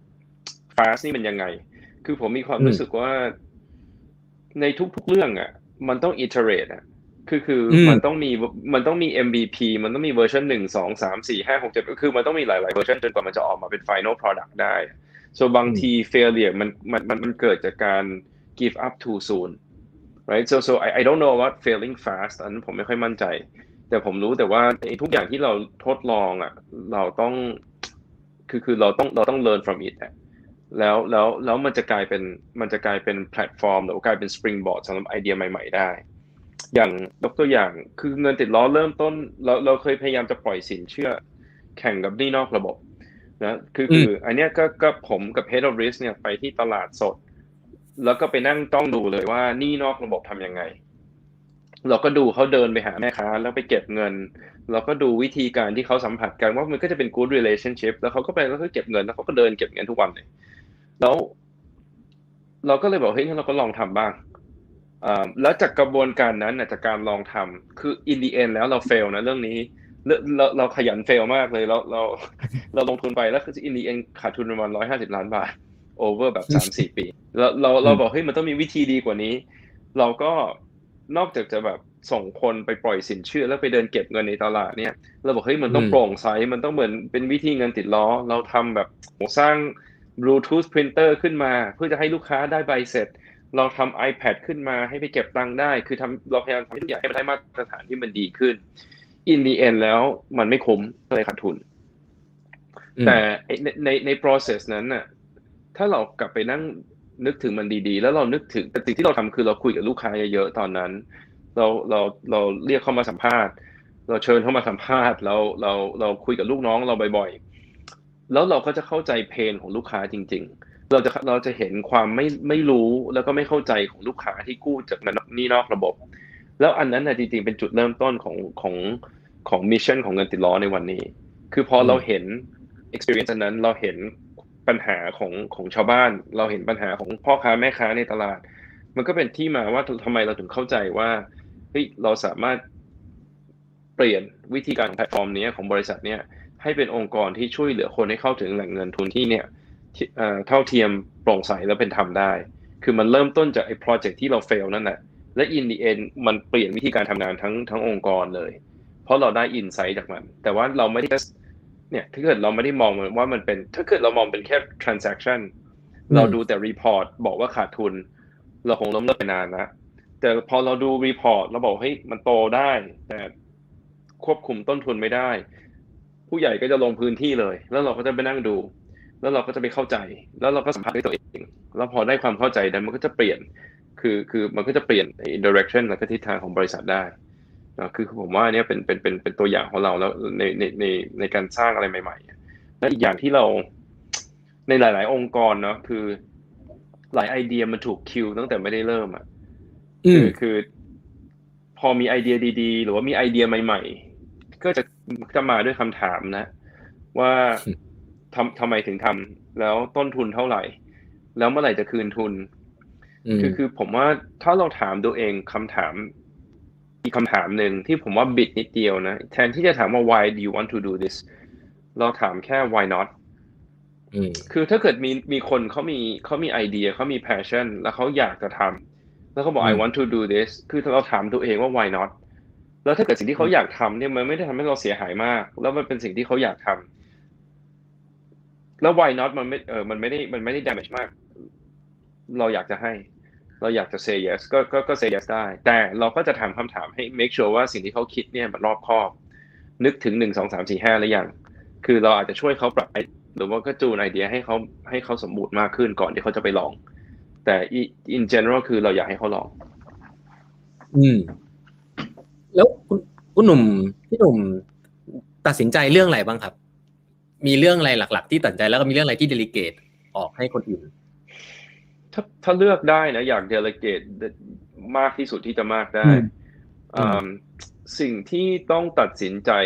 fast นี่มันยังไงคือผมมีความรู้สึกว่าในทุกๆเรื่องอ่ะมันต้อง iterate อ่ะคือคือมันต้องมีมันต้องมี เอ็ม วี พี มันต้องมีเวอร์ชันหนึ่งสองสามสี่ห้าหกเจ็ดก็คือมันต้องมีหลายๆเวอร์ชันจนกว่ามันจะออกมาเป็น final product ได้ so บางที failure มันมันมันมันเกิดจากการ give up too soon right so so I I don't know about failing fast อันนั้นผมไม่ค่อยมั่นใจแต่ผมรู้แต่ว่าทุกอย่างที่เราทดลองอ่ะเราต้องคือคือเราต้องเราต้อง learn from it อ่ะแล้วแล้วแล้วมันจะกลายเป็นมันจะกลายเป็นแพลตฟอร์มหรือกลายเป็น springboard สำหรับไอเดียใหม่ๆได้อย่างยกตัวอย่างคือเงินติดล้อเริ่มต้นเราเราเคยพยายามจะปล่อยสินเชื่อแข่งกับหนี้นอกระบบนะคือคืออันเนี้ยก็ก็ผมกับ Head of Risk เนี่ยไปที่ตลาดสดแล้วก็ไปนั่งต้องดูเลยว่าหนี้นอกระบบทำยังไงเราก็ดูเขาเดินไปหาแม่ค้าแล้วไปเก็บเงินเราก็ดูวิธีการที่เขาสัมผัสกันว่ามันก็จะเป็น good relationship แล้วเขาก็ไปแล้วก็เก็บเงินแล้วเขาก็เดินเก็บเงินทุกวันเลยแล้วเราก็เลยบอกเฮ้ยงั้นเราก็ลองทำบ้างแล้วจากกระบวนการนั้นจากการลองทำคือ in the end แล้วเรา fail นะเรื่องนี้เราเราขยัน fail มากเลยเราเราเราลงทุนไปแล้วคือ in the end ขาดทุนประมาณหนึ่งร้อยห้าสิบล้านบาท over แบบ สามสี่ ปีเราเราเราบอกเฮ้ยมันต้องมีวิธีดีกว่านี้เราก็นอกจากจะแบบส่งคนไปปล่อยสินเชื่อแล้วไปเดินเก็บเงินในตลาดเนี่ยเราบอกเฮ้ยมันต้องโปร่งใสมันต้องเหมือนเป็นวิธีเงินติดล้อเราทำแบบสร้าง Bluetooth printer ขึ้นมาเพื่อจะให้ลูกค้าได้ใบเสร็จเราทำ iPad ขึ้นมาให้ไปเก็บตังค์ได้คือทำเราพยายามทำทุกอย่างให้มันได้มาตรฐานที่มันดีขึ้น in the end แล้วมันไม่คุ้มเลยขาดทุนแต่ในในใน process นั้นน่ะถ้าเรากลับไปนั่งนึกถึงมันดีๆแล้วเรานึกถึงแต่สิ่งที่เราทำคือเราคุยกับลูกค้าเยอะๆตอนนั้นเราเราเราเรียกเข้ามาสัมภาษณ์เราเชิญเข้ามาสัมภาษณ์เราเราเราคุยกับลูกน้องเราบ่อยๆแล้วเราก็จะเข้าใจเพนของลูกค้าจริงๆเราจะเราจะเห็นความไม่ไม่รู้แล้วก็ไม่เข้าใจของลูกค้าที่กู้จากหนี้นอกระบบแล้วอันนั้นนะจริงๆเป็นจุดเริ่มต้นของของของมิชชั่นของเงินติดล้อในวันนี้คือพอเราเห็น experience นั้นเราเห็นปัญหาของของชาวบ้านเราเห็นปัญหาของพ่อค้าแม่ค้าในตลาดมันก็เป็นที่มาว่าทำไมเราถึงเข้าใจว่าเฮ้ยเราสามารถเปลี่ยนวิธีการแพลตฟอร์มนี้ของบริษัทเนี้ยให้เป็นองค์กรที่ช่วยเหลือคนให้เข้าถึงแหล่งเงินทุนที่เนี่ยเท่าเทียมโปร่งใสและเป็นธรรมได้คือมันเริ่มต้นจากไอ้โปรเจกต์ที่เราเฟลนั่นแหละและ in the end มันเปลี่ยนวิธีการทำงานทั้งทั้งองค์กรเลยเพราะเราได้อินไซต์จากมันแต่ว่าเราไม่ได้เนี่ยถ้าเกิดเราไม่ได้มองว่ามันเป็นถ้าเกิดเรามองเป็นแค่ transaction เราดูแต่ report บอกว่าขาดทุนเราคงล้มเลิกไปนานนะแต่พอเราดู report เราบอกเฮ้ยมันโตได้แต่ควบคุมต้นทุนไม่ได้ผู้ใหญ่ก็จะลงพื้นที่เลยแล้วเราก็จะไปนั่งดูแล้วเราก็จะไปเข้าใจแล้วเราก็สัมผัสด้วยตัวเองแล้วพอได้ความเข้าใจนั้นมันก็จะเปลี่ยนคือคือมันก็จะเปลี่ยน direction และก็ทิศทางของบริษัทได้นะคือผมว่าเนี่ยเป็นเป็นเป็นเป็นตัวอย่างของเราแล้วในในในในการสร้างอะไรใหม่ๆและอีกอย่างที่เราในหลายๆองค์กรเนาะคือหลายไอเดียมันถูกคิวตั้งแต่ไม่ได้เริ่มอ่ะคือคือพอมีไอเดียดีๆหรือว่ามีไอเดียใหม่ๆก็จะจะมาด้วยคำถามนะว่าทำทำไมถึงทำแล้วต้นทุนเท่าไหร่แล้วเมื่อไหร่จะคืนทุนคือคือผมว่าถ้าเราถามตัวเองคำถามอีกคำถามหนึ่งที่ผมว่าบิดนิดเดียวนะแทนที่จะถามว่า why do you want to do this เราถามแค่ why not คือถ้าเกิดมีมีคนเขามีเขามีไอเดียเขามี passion แล้วเขาอยากจะทำแล้วเขาบอก I want to do this คือเราถามตัวเองว่า why not แล้วถ้าเกิดสิ่งที่เขาอยากทำเนี่ยมันไม่ได้ทำให้เราเสียหายมากแล้วมันเป็นสิ่งที่เขาอยากทำแล้ว why not มันไม่เออมันไม่ได้มันไม่ได้ damage มากเราอยากจะให้เราอยากจะ say yes ก็ก็ก็ say yes ได้แต่เราก็จะถามคำถามให้ make sure ว่าสิ่งที่เขาคิดเนี่ยมันรอบคอบนึกถึงหนึ่งสองสามสี่ห้าหรือยังคือเราอาจจะช่วยเขาปรับหรือว่าก็จูนไอเดียให้เขาให้เขาสมบูรณ์มากขึ้นก่อนที่เขาจะไปลองแต่ in general คือเราอยากให้เขาลองอืมแล้วคุณคุณหนุ่มพี่หนุ่มตัดสินใจเรื่องอะไรบ้างครับมีเรื่องอะไรหลักๆที่ตัดใจแล้วก็มีเรื่องอะไรที่ delegate ออกให้คนอื่นถ้าถ้าเลือกได้นะอยาก delegate มากที่สุดที่จะมากได้สิ่งที่ต้องตัดสินใจ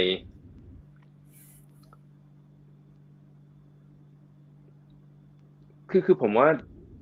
คือคือผมว่า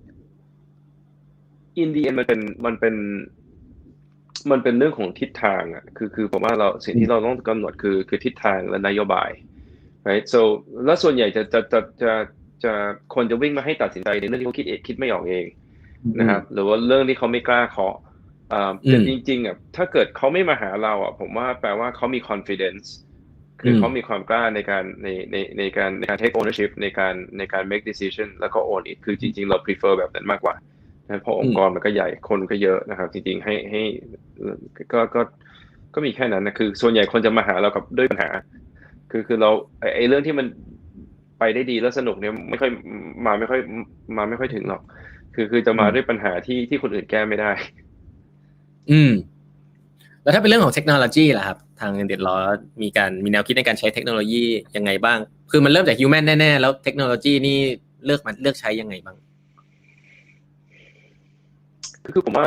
in the end มันเป็นมันเป็นมันเป็นเรื่องของทิศทางอ่ะคือคือผมว่าเราสิ่งที่เราต้องกำหนดคือคือทิศทางและนโยบาย right so แล้วส่วนใหญ่จะจะจะจะจะคนจะวิ่งมาให้ตัดสินใจในเรื่องที่เขาคิดเองคิดไม่ออกเองนะครับหรือว่าเรื่องที่เขาไม่กล้าเคาะแต่จริงๆอ่ะถ้าเกิดเขาไม่มาหาเราอ่ะผมว่าแปลว่าเขามี confidence คือเขามีความกล้าในการในในในการในการ take ownership ในการในการ make decision แล้วก็ own it คือจริงๆเรา prefer แบบนั้นมากกว่าเพราะองค์กรมันก็ใหญ่คนก็เยอะนะครับจริงๆให้ให้ก็ก็ก็มีแค่นั้นนะคือส่วนใหญ่คนจะมาหาเรากับด้วยปัญหาคือคือเราไอ้เรื่องที่มันไปได้ดีแล้วสนุกเนี่ยไม่ค่อยมาไม่ค่อยมาไม่ค่อยถึงหรอกคือคือจะมาด้วยปัญหาที่ที่คนอื่นแก้ไม่ได้อืมแล้วถ้าเป็นเรื่องของเทคโนโลยีล่ะครับทางเด็ดล้อมีการมีแนวคิดในการใช้เทคโนโลยียังไงบ้างคือมันเริ่มจากฮิวแมนแน่ๆแล้วเทคโนโลยีนี่เลือกมันเลือกใช้ยังไงบ้างคือผมว่า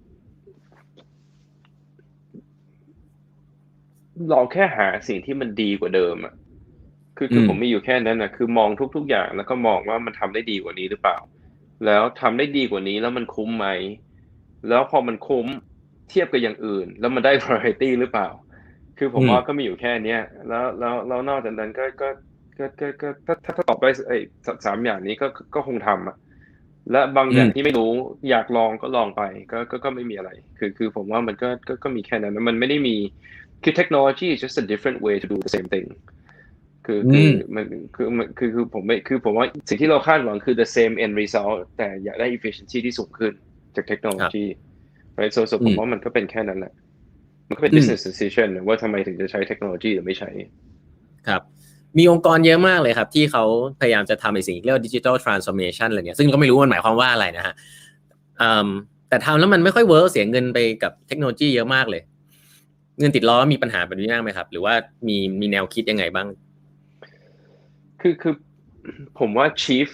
เราแค่หาสิ่งที่มันดีกว่าเดิมอ่ะคือคือผมมีอยู่แค่นั้นนะคือมองทุกๆอย่างแล้วก็มองว่ามันทำได้ดีกว่านี้หรือเปล่าแล้วทำได้ดีกว่านี้แล้วมันคุ้มไหมแล้วพอมันคุ้มเทียบกับอย่างอื่นแล้วมันได้ variety หรือเปล่าคือผมว่าก็มีอยู่แค่เนี้ยแล้วแล้วแล้วนอกจากนั้นก็ก็ก็ก็ก็ถ้าถ้าตอบได้ไอ้สามอย่างนี้ก็ก็คงทำอ่ะและบางอย่างที่ไม่รู้อยากลองก็ลองไปก็ก็ก็ไม่มีอะไรคือคือผมว่ามันก็ก็ก็มีแค่นั้นมันไม่ได้มีคือ technology is just a different way to do the same thing คือคือมันคือมันคือคือผมไม่คือผมว่าสิ่งที่เราคาดหวังคือ the same end result แต่อยากได้ efficiency ที่สูงขึ้นจากเทคโนโลยี right so so ผมว่ามันก็เป็นแค่นั้นแหละมันก็เป็น business decision ว่าทำไมถึงจะใช้เทคโนโลยีหรือไม่ใช้ครับมีองค์กรเยอะมากเลยครับที่เขาพยายามจะทำในสิ่งที่เรียกว่า digital transformation อะไรเนี่ยซึ่งก็ไม่รู้มันหมายความว่าอะไรนะฮะแต่ทำแล้วมันไม่ค่อยเวิร์กเสียเงินไปกับเทคโนโลยีเยอะมากเลยเงินติดล้อมีปัญหาแบบนี้ไหมครับหรือว่ามีมีแนวคิดยังไงบ้างคือคือผมว่า Chief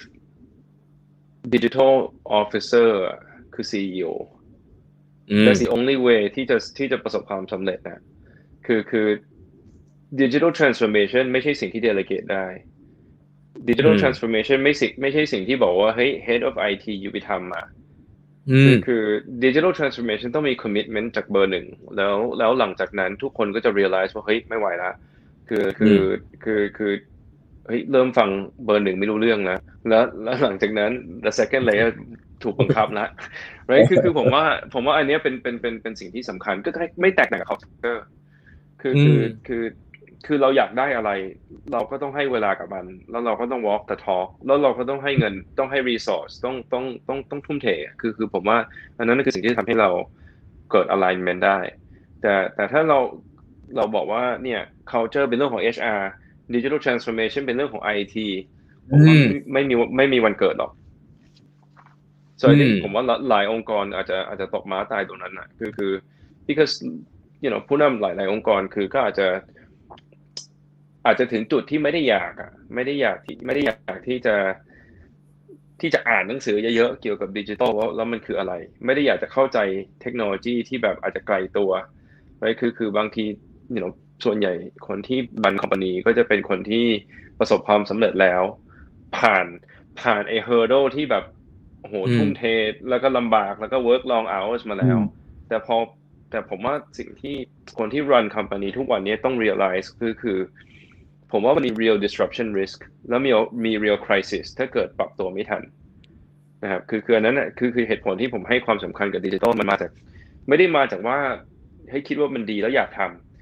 Digital Officer คือ ซี อี โอ That's the only way ที่จะที่จะประสบความสำเร็จนะคือคือ Digital Transformation ไม่ใช่สิ่งที่ delegate ได้ Digital Transformation ไม่สิไม่ใช่สิ่งที่บอกว่าเฮ้ย Head of ไอ ที อยู่ไปทำมาคือคือ Digital Transformation ต้องมี commitment จากเบอร์หนึ่งแล้วแล้วหลังจากนั้นทุกคนก็จะ realize ว่าเฮ้ยไม่ไหวละคือคือคือคือเฮ้ยเริ่มฟังเบอร์หนึ่งไม่รู้เรื่องนะแล้วแล้วหลังจากนั้น the second layer ถูกบังคับนะ right คือคือผมว่าผมว่าอันนี้เป็นเป็นเป็นเป็นสิ่งที่สำคัญก็ไม่แตกต่างกับ culture คือคือคือคือเราอยากได้อะไรเราก็ต้องให้เวลากับมันแล้วเราก็ต้อง walk the talk แล้วเราก็ต้องให้เงินต้องให้ resource ต้องต้องต้องต้องทุ่มเทคือคือผมว่าอันนั้นคือสิ่งที่ทำให้เราเกิด alignment ได้แต่แต่ถ้าเราเราบอกว่าเนี่ย culture เป็นเรื่องของ เอช อาร์ digital transformation เป็นเรื่องของ ไอ ที ผมว่าไม่มีไม่มีวันเกิดหรอกส่วนนี้ผมว่าหลายองค์กรอาจจะอาจจะตกม้าตายตรงนั้นนะคือคือ because you know ผู้นำหลายหลายองค์กรคือก็อาจจะอาจจะถึงจุดที่ไม่ได้อยากอ่ะไม่ได้อยากที่ไม่ได้อยากที่จะที่จะอ่านหนังสือเยอะๆเกี่ยวกับดิจิทัลแล้วมันคืออะไรไม่ได้อยากจะเข้าใจเทคโนโลยีที่แบบอาจจะไกลตัวไว้คือคือบางที you know ส่วนใหญ่คนที่บันคอมพานีก็จะเป็นคนที่ประสบความสำเร็จแล้วผ่านผ่านไอ้ hurdle ที่แบบโอ้โหทุ่มเทแล้วก็ลำบากแล้วก็ work long hours มาแล้วแต่พอแต่ผมว่าสิ่งที่คนที่ run company ทุกวันนี้ต้อง realize คือคือผมว่ามันมี real disruption risk แล้วมีมี real crisis ถ้าเกิดปรับตัวไม่ทันนะครับคือคืออันนั้นน่ะคือคือเหตุผลที่ผมให้ความสำคัญกับดิจิทัลมันมาจากไม่ได้มาจากว่าให้คิดว่ามันดีแล้วอยากท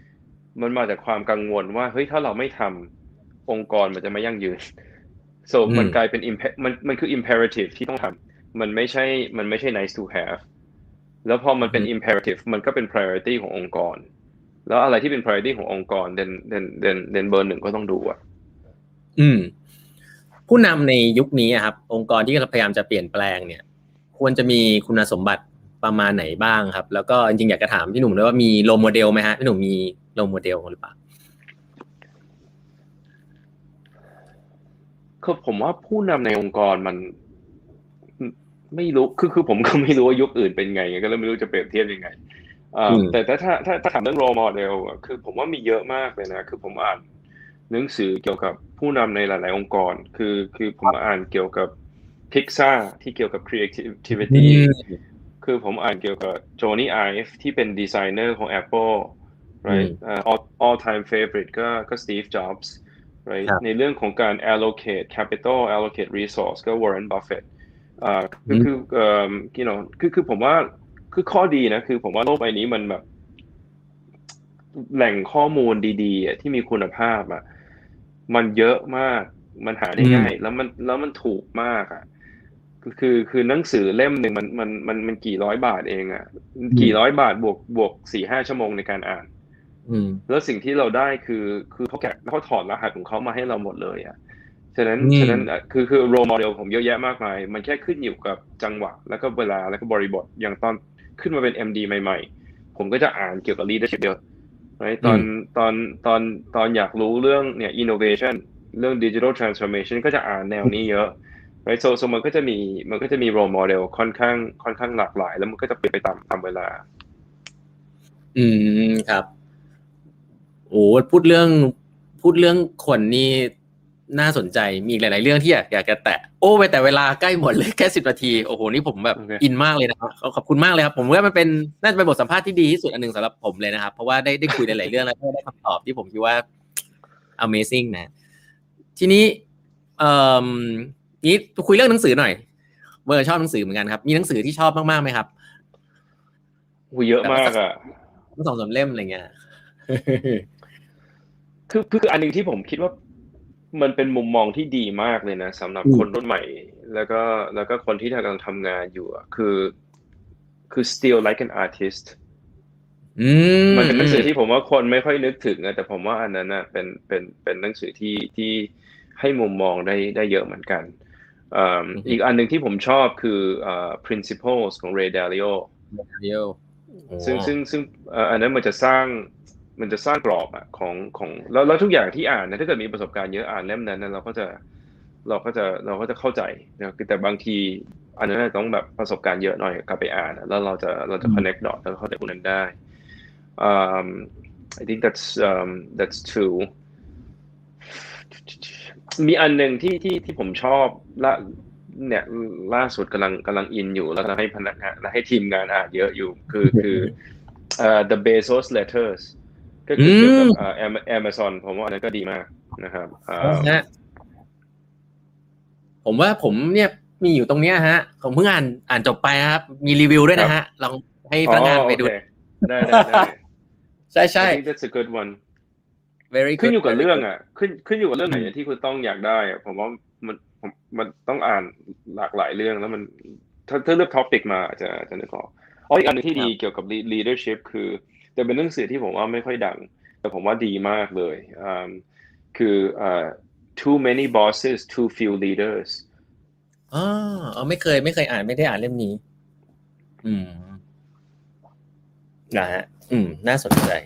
มันมาจากความกังวลว่าเฮ้ยถ้าเราไม่ทำองค์กรมันจะไม่ยั่งยืน so มันกลายเป็น มันมันคือ imperative ที่ต้องทำมันไม่ใช่มันไม่ใช่ nice to have แล้วพอมันเป็น imperative มันก็เป็น priority ขององค์กรแล้วอะไรที่เป็น priority ขององค์กรเดนเดนเดนเดนเบอร์หนึ่งก็ต้องดูอ่ะอืมผู้นำในยุคนี้ครับองค์กรที่พยายามจะเปลี่ยนแปลงเนี่ยควรจะมีคุณสมบัติประมาณไหนบ้างครับแล้วก็จริงๆอยากจะถามพี่หนุ่มด้วยว่ามีโรลโมเดลไหมฮะพี่หนุ่มมีโรลโมเดลหรือเปล่าคือผมว่าผู้นำในองค์กรมันไม่รู้คือคือผมก็ไม่รู้ว่ายุคอื่นเป็นไงก็เลยไม่รู้จะเปรียบเทียบยังไงแต่ถ้าถ้าถ้าถ้าถามเรื่อง role model คือผมว่ามีเยอะมากเลยนะคือผมอ่านหนังสือเกี่ยวกับผู้นำในหลายๆองค์กรคือคือผมอ่านเกี่ยวกับ Pixar ที่เกี่ยวกับ creativity คือผมอ่านเกี่ยวกับ Jony Ive ที่เป็นดีไซเนอร์ของ Apple right all all time favorite ก็ก็ Steve Jobs right ในเรื่องของการ allocate capital allocate resource ก็ Warren Buffett อ่าคือคือเอ่อ you know คือคือผมว่าคือข้อดีนะคือผมว่าโลกใบนี้มันแบบแหล่งข้อมูลดีๆที่มีคุณภาพอ่ะมันเยอะมากมันหาได้ง่ายแล้วมันแล้วมันถูกมากอ่ะคือคือหนังสือเล่มหนึ่งมันมันมันมันกี่ร้อยบาทเองอ่ะกี่ร้อยบาทบวกบวกสี่ห้าชั่วโมงในการอ่านแล้วสิ่งที่เราได้คือคือเขาแกะเขาถอดรหัสของเขามาให้เราหมดเลยอ่ะฉะนั้นฉะนั้นคือคือโรโมเดลผมเยอะแยะมากมายมันแค่ขึ้นอยู่กับจังหวะแล้วก็เวลาแล้วก็บริบทอย่างตอนขึ้นมาเป็น เอ็ม ดี ใหม่ๆผมก็จะอ่านเกี่ยวกับ leadership เดียวตอนตอนตอนตอนอยากรู้เรื่องเนี่ย innovation เรื่อง digital transformation ก็จะอ่านแนวนี้เยอะ right so so มันก็จะมีมันก็จะมี role model ค่อนข้างค่อนข้างหลากหลายแล้วมันก็จะเปลี่ยนไปตามตามเวลาอืมครับโอ้พูดเรื่องพูดเรื่องคนนี่น่าสนใจมีอีกหลายๆเรื่องที่อยากอยากจะแตะโอ้ไปแต่เวลาใกล้หมดเลยแค่สิบนาทีโอ้โหนี่ผมแบบ okay. อินมากเลยนะครับขอบคุณมากเลยครับผมว่ามันเป็นน่าจะเป็นบทสัมภาษณ์ที่ดีที่สุดอันนึงสำหรับผมเลยนะครับเพราะว่าได้ได้คุยหลายๆเรื่องแล้วก็ได้คำตอบที่ผมคิดว่า amazing นะทีนี้เอ่อนี้คุยเรื่องหนังสือหน่อยเบอร์ชอบหนังสือเหมือนกันครับมีหนังสือที่ชอบมากๆไหมครับหูเยอะมากอ่ะทั้งสองสามเล่มอะไรเงี้ยคือคืออันนึงที่ผมคิดว่ามันเป็นมุมมองที่ดีมากเลยนะสำหรับคนรุ่นใหม่แล้วก็แล้วก็คนที่กำลังทำงานอยู่อ่ะคือคือ still like an artist มันเป็นหนังสือที่ผมว่าคนไม่ค่อยนึกถึงนะแต่ผมว่าอันนั้นนะเป็นเป็นเป็นหนังสือที่ที่ให้มุมมองได้ได้เยอะเหมือนกันอีกอันนึงที่ผมชอบคือ principles ของ Ray Dalio ซึ่งซึ่งซึ่งอันนั้นมันจะสร้างมันจะสร้างกรอบอะของของแล้วแล้วทุกอย่างที่อ่านนะถ้าเกิดมีประสบการณ์เยอะอ่านเล่มนั้นนะเราก็จะเราก็จะเราก็จะเข้าใจนะแต่บางทีอันนั้นต้องแบบประสบการณ์เยอะหน่อยกลับไปอ่านแล้วเราจะเราจะ connect dot แล้วเข้าใจพวกนั้นได้ um I think that's um that's two มีอันหนึ่งที่ที่ที่ผมชอบละเนี่ยล่าสุดกำลังกำลังอินอยู่แล้วก็ให้พนักงานและให้ทีมงานอ่านเยอะอยู่คือคือเอ่อ The Bezos Letters ก็คือเกี่ยวกับเอ่อ Amazon ผมว่าอันนั้นก็ดีมากนะครับผมว่าผมเนี่ยมีอยู่ตรงเนี้ยฮะผมเพิ่งอ่านอ่านจบไปครับมีรีวิวด้วยนะฮะลองให้พนักงานไปดูได้ได้ได้ใช่ใช่ I think that's a good one very ขึ้นอยู่กับเรื่องอ่ะขึ้นขึ้นอยู่กับเรื่องไหนที่คุณต้องอยากได้อ่ะผมว่ามันมันต้องอ่านหลากหลายเรื่องแล้วมันถ้าถ้าเลือกท็อปิกมาจะจะนึกออกอ๋ออีกอันนึงที่ดีเกี่ยวกับ leadership คือจะเป็นหนังสือที่ผมว่าไม่ค่อยดังแต่ผมว่าดีมากเลยคือ too many bosses too few leaders อ๋อไม่เคยไม่เคยอ่านไม่ได้อ่านเล่มนี้อืมนะฮะอืมน่าสนใจ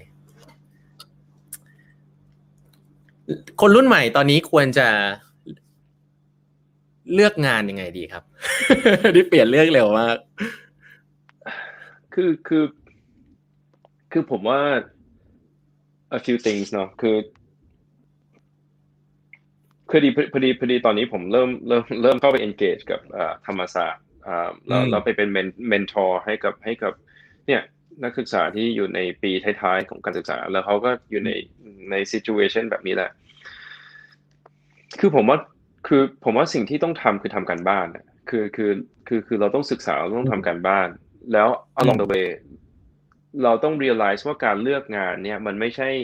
คนรุ่นใหม่ตอนนี้ควรจะเลือกงานยังไงดีครับ ที่เปลี่ยนเรื่องเร็วมากคือคือคือผมว่า a few things เนาะคือพอดีพอดีพอดีตอนนี้ผมเริ่มเริ่มเริ่มเข้าไป engage กับธรรมศาสตร์แล้วเราไปเป็นเมนทอร์ให้กับให้กับเนี่ยนักศึกษาที่อยู่ในปีท้ายๆของการศึกษาแล้วเขาก็อยู่ในใน situation แบบนี้แหละคือผมว่าคือผมว่าสิ่งที่ต้องทำคือทำการบ้านคือคือคือคือเราต้องศึกษาเราต้องทำการบ้านแล้ว along the way เราต้อง realize ว่าการเลือกงานเนี่ยมันไม่ใช่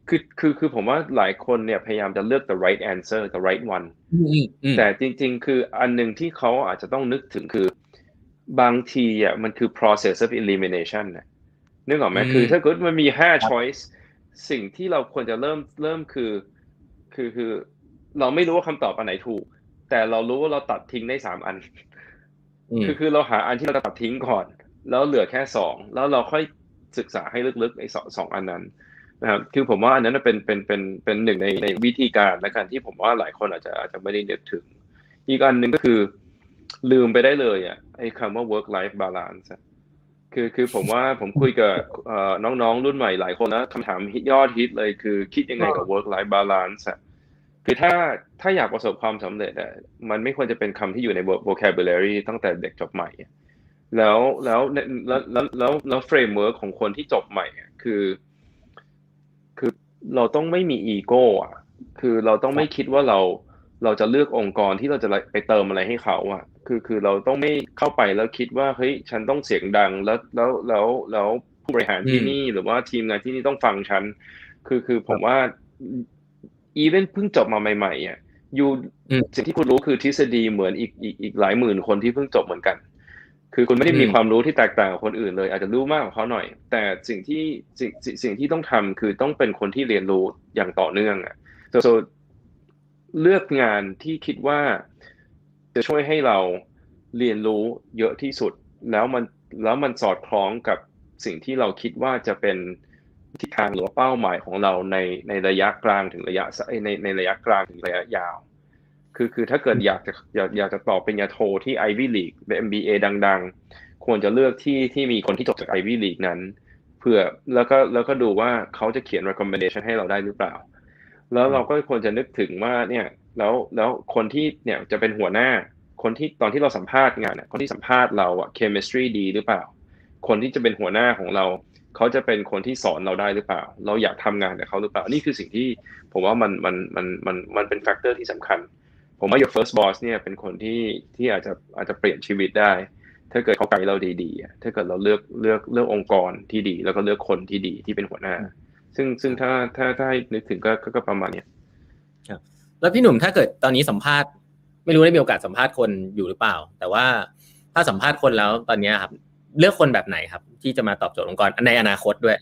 คือคือคือผมว่าหลายคนเนี่ยพยายามจะเลือก the right answer the right one แต่จริงๆคืออันหนึ่งที่เขาอาจจะต้องนึกถึงคือบางทีอ่ะมันคือ process of elimination นะนึกออกไหมคือถ้าเกิดมันมีห้า choice สิ่งที่เราควรจะเริ่มเริ่มคือคือคือเราไม่รู้ว่าคำตอบอันไหนถูกแต่เรารู้ว่าเราตัดทิ้งได้สามอันคือคือเราหาอันที่เราตัดทิ้งก่อนแล้วเหลือแค่สองแล้วเราค่อยศึกษาให้ลึกๆไอ้สองสองอันนั้นนะครับคือผมว่าอันนั้นเป็นเป็นเป็นเป็นหนึ่งในในวิธีการและการที่ผมว่าหลายคนอาจจะอาจจะไม่ได้นึกถึงอีกอันหนึ่งก็คือลืมไปได้เลยอ่ะไอ้คำว่า work life balance คือคือผมว่าผมคุยกับน้องๆรุ่นใหม่หลายคนนะคำถามยอดฮิตเลยคือคิดยังไงกับ work life balance อ่ะคือถ้าถ้าอยากประสบความสำเร็จอ่ะมันไม่ควรจะเป็นคำที่อยู่ใน vocabulary ตั้งแต่เด็กจบใหม่แล้วแล้วแล้วแล้วแล้วแล้วเฟรมเวิร์กของคนที่จบใหม่คือคือเราต้องไม่มีอีโก้อ่ะคือเราต้องไม่คิดว่าเราเราจะเลือกองค์กรที่เราจะไปเติมอะไรให้เขาอ่ะคือคือเราต้องไม่เข้าไปแล้วคิดว่าเฮ้ยฉันต้องเสียงดังแล้วแล้วแล้วแล้วผู้บริหารที่นี่หรือว่าทีมงานที่นี่ต้องฟังฉันคือคือผมว่าอีเวนเพิ่งจบมาใหม่ๆอ่ะอยู่สิ่งที่คุณรู้คือทฤษฎีเหมือนอีกอีกอีกหลายหมื่นคนที่เพิ่งจบเหมือนกันคือคุณไม่ได้มีความรู้ที่แตกต่างกับคนอื่นเลยอาจจะรู้มากกว่าเขาหน่อยแต่สิ่งที่สิ่งสิ่งที่ต้องทำคือต้องเป็นคนที่เรียนรู้อย่างต่อเนื่องอ่ะ so เลือกงานที่คิดว่าจะช่วยให้เราเรียนรู้เยอะที่สุดแล้วมันแล้วมันสอดคล้องกับสิ่งที่เราคิดว่าจะเป็นทิศทางหรือเป้าหมายของเราในในระยะกลางถึงระยะในในระยะกลางถึงระยะยาวคือคือถ้าเกิดอยากจะอยากอยากจะต่อปริญญาโทที่ Ivy League เป็น เอ็ม บี เอ ดังๆควรจะเลือกที่ที่มีคนที่จบจาก Ivy League นั้นเพื่อแล้วก็แล้วก็ดูว่าเขาจะเขียน recommendation ให้เราได้หรือเปล่าแล้วเราก็ควรจะนึกถึงว่าเนี่ยแล้วแล้วคนที่เนี่ยจะเป็นหัวหน้าคนที่ตอนที่เราสัมภาษณ์งานคนที่สัมภาษณ์เราอะ chemistry ดีหรือเปล่าคนที่จะเป็นหัวหน้าของเราเขาจะเป็นคนที่สอนเราได้หรือเปล่าเราอยากทำงานกับเขาหรือเปล่านี่คือสิ่งที่ผมว่ามันมันมันมันมันเป็นแฟกเตอร์ที่สำคัญผมว่า your first boss เนี่ยเป็นคนที่ที่อาจจะอาจจะเปลี่ยนชีวิตได้ถ้าเกิดเขาไกด์เราดีๆถ้าเกิดเราเลือกเลือกเลือกองค์กรที่ดีแล้วก็เลือกคนที่ดีที่เป็นหัวหน้าซึ่งซึ่งถ้าถ้าถ้าให้นึกถึงก็ก็ประมาณเนี้ยครับแล้วพี่หนุ่มถ้าเกิดตอนนี้สัมภาษณ์ไม่รู้ได้มีโอกาสสัมภาษณ์คนอยู่หรือเปล่าแต่ว่าถ้าสัมภาษณ์คนแล้วตอนนี้ครับเลือกคนแบบไหนครับที่จะมาตอบโจทย์องค์กรในอนาคตด้วย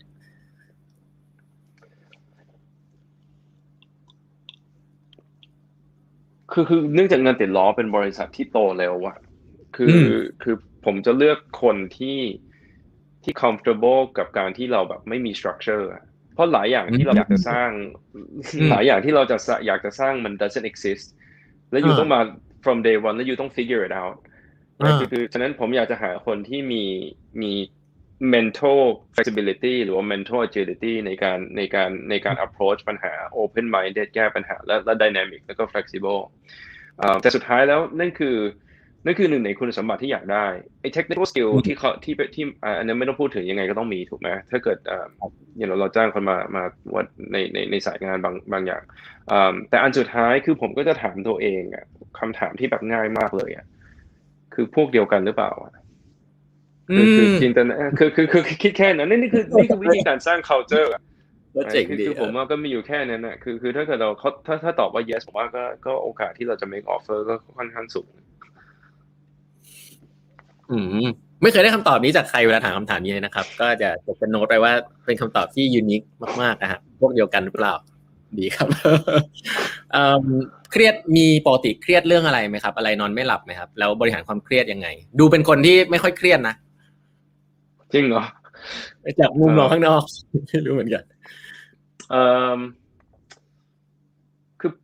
คือคือเนื่องจากเงินติดล้อเป็นบริษัทที่โตเร็วอะคือคือผมจะเลือกคนที่ที่ comfortable กับการที่เราแบบไม่มี structure เพราะหลายอย่างที่เราอยากจะสร้างหลายอย่างที่เราจะอยากจะสร้างมัน doesn't exist แล้วอยู่ต้องมา from day one แล้วอยู่ต้อง figure it out คือคือฉะนั้นผมอยากจะหาคนที่มีมี mental flexibility หรือว่า mental agility ในการในการในการ approach ปัญหา open minded แก้ปัญหาและและ dynamic แล้วก็ flexible แต่สุดท้ายแล้วนั่นคือนั่นคือหนึ่งในคุณสมบัติที่อยากได้ไอ้ technical skill ที่เขาที่ที่อันนั้นไม่ต้องพูดถึงยังไงก็ต้องมีถูกไหมถ้าเกิดอย่างเราจ้างคนมามาวัดในในในสายงานบางบางอย่างแต่อันสุดท้ายคือผมก็จะถามตัวเองอ่ะคำถามที่แบบง่ายมากเลยอ่ะคือพวกเดียวกันหรือเปล่าคือคือจินตนาคือคือคือคิดแค่นั้นนี่คือนี่คือวิธีการสร้าง culture อ่ะคือคือผมว่าก็มีอยู่แค่นั้นน่ะคือคือถ้าเกิดเราเขาถ้าถ้าตอบว่า yes ผมว่าก็ก็โอกาสที่เราจะ make offer ก็ค่อนข้างสูงอืมไม่เคยได้คำตอบนี้จากใครเวลาถามคำถามนี้เลยนะครับก็จะจะเป็นโน้ตไปว่าเป็นคำตอบที่ยูนิคมากๆนะฮะพวกเดียวกันหรือเปล่าดีครับเครียดมีปกติเครียดเรื่องอะไรไหมครับอะไรนอนไม่หลับไหมครับแล้วบริหารความเครียดยังไงดูเป็นคนที่ไม่ค่อยเครียดนะจริงเหรอจากมุมมองข้างนอกไม่รู้เหมือนกันเอ่อคือ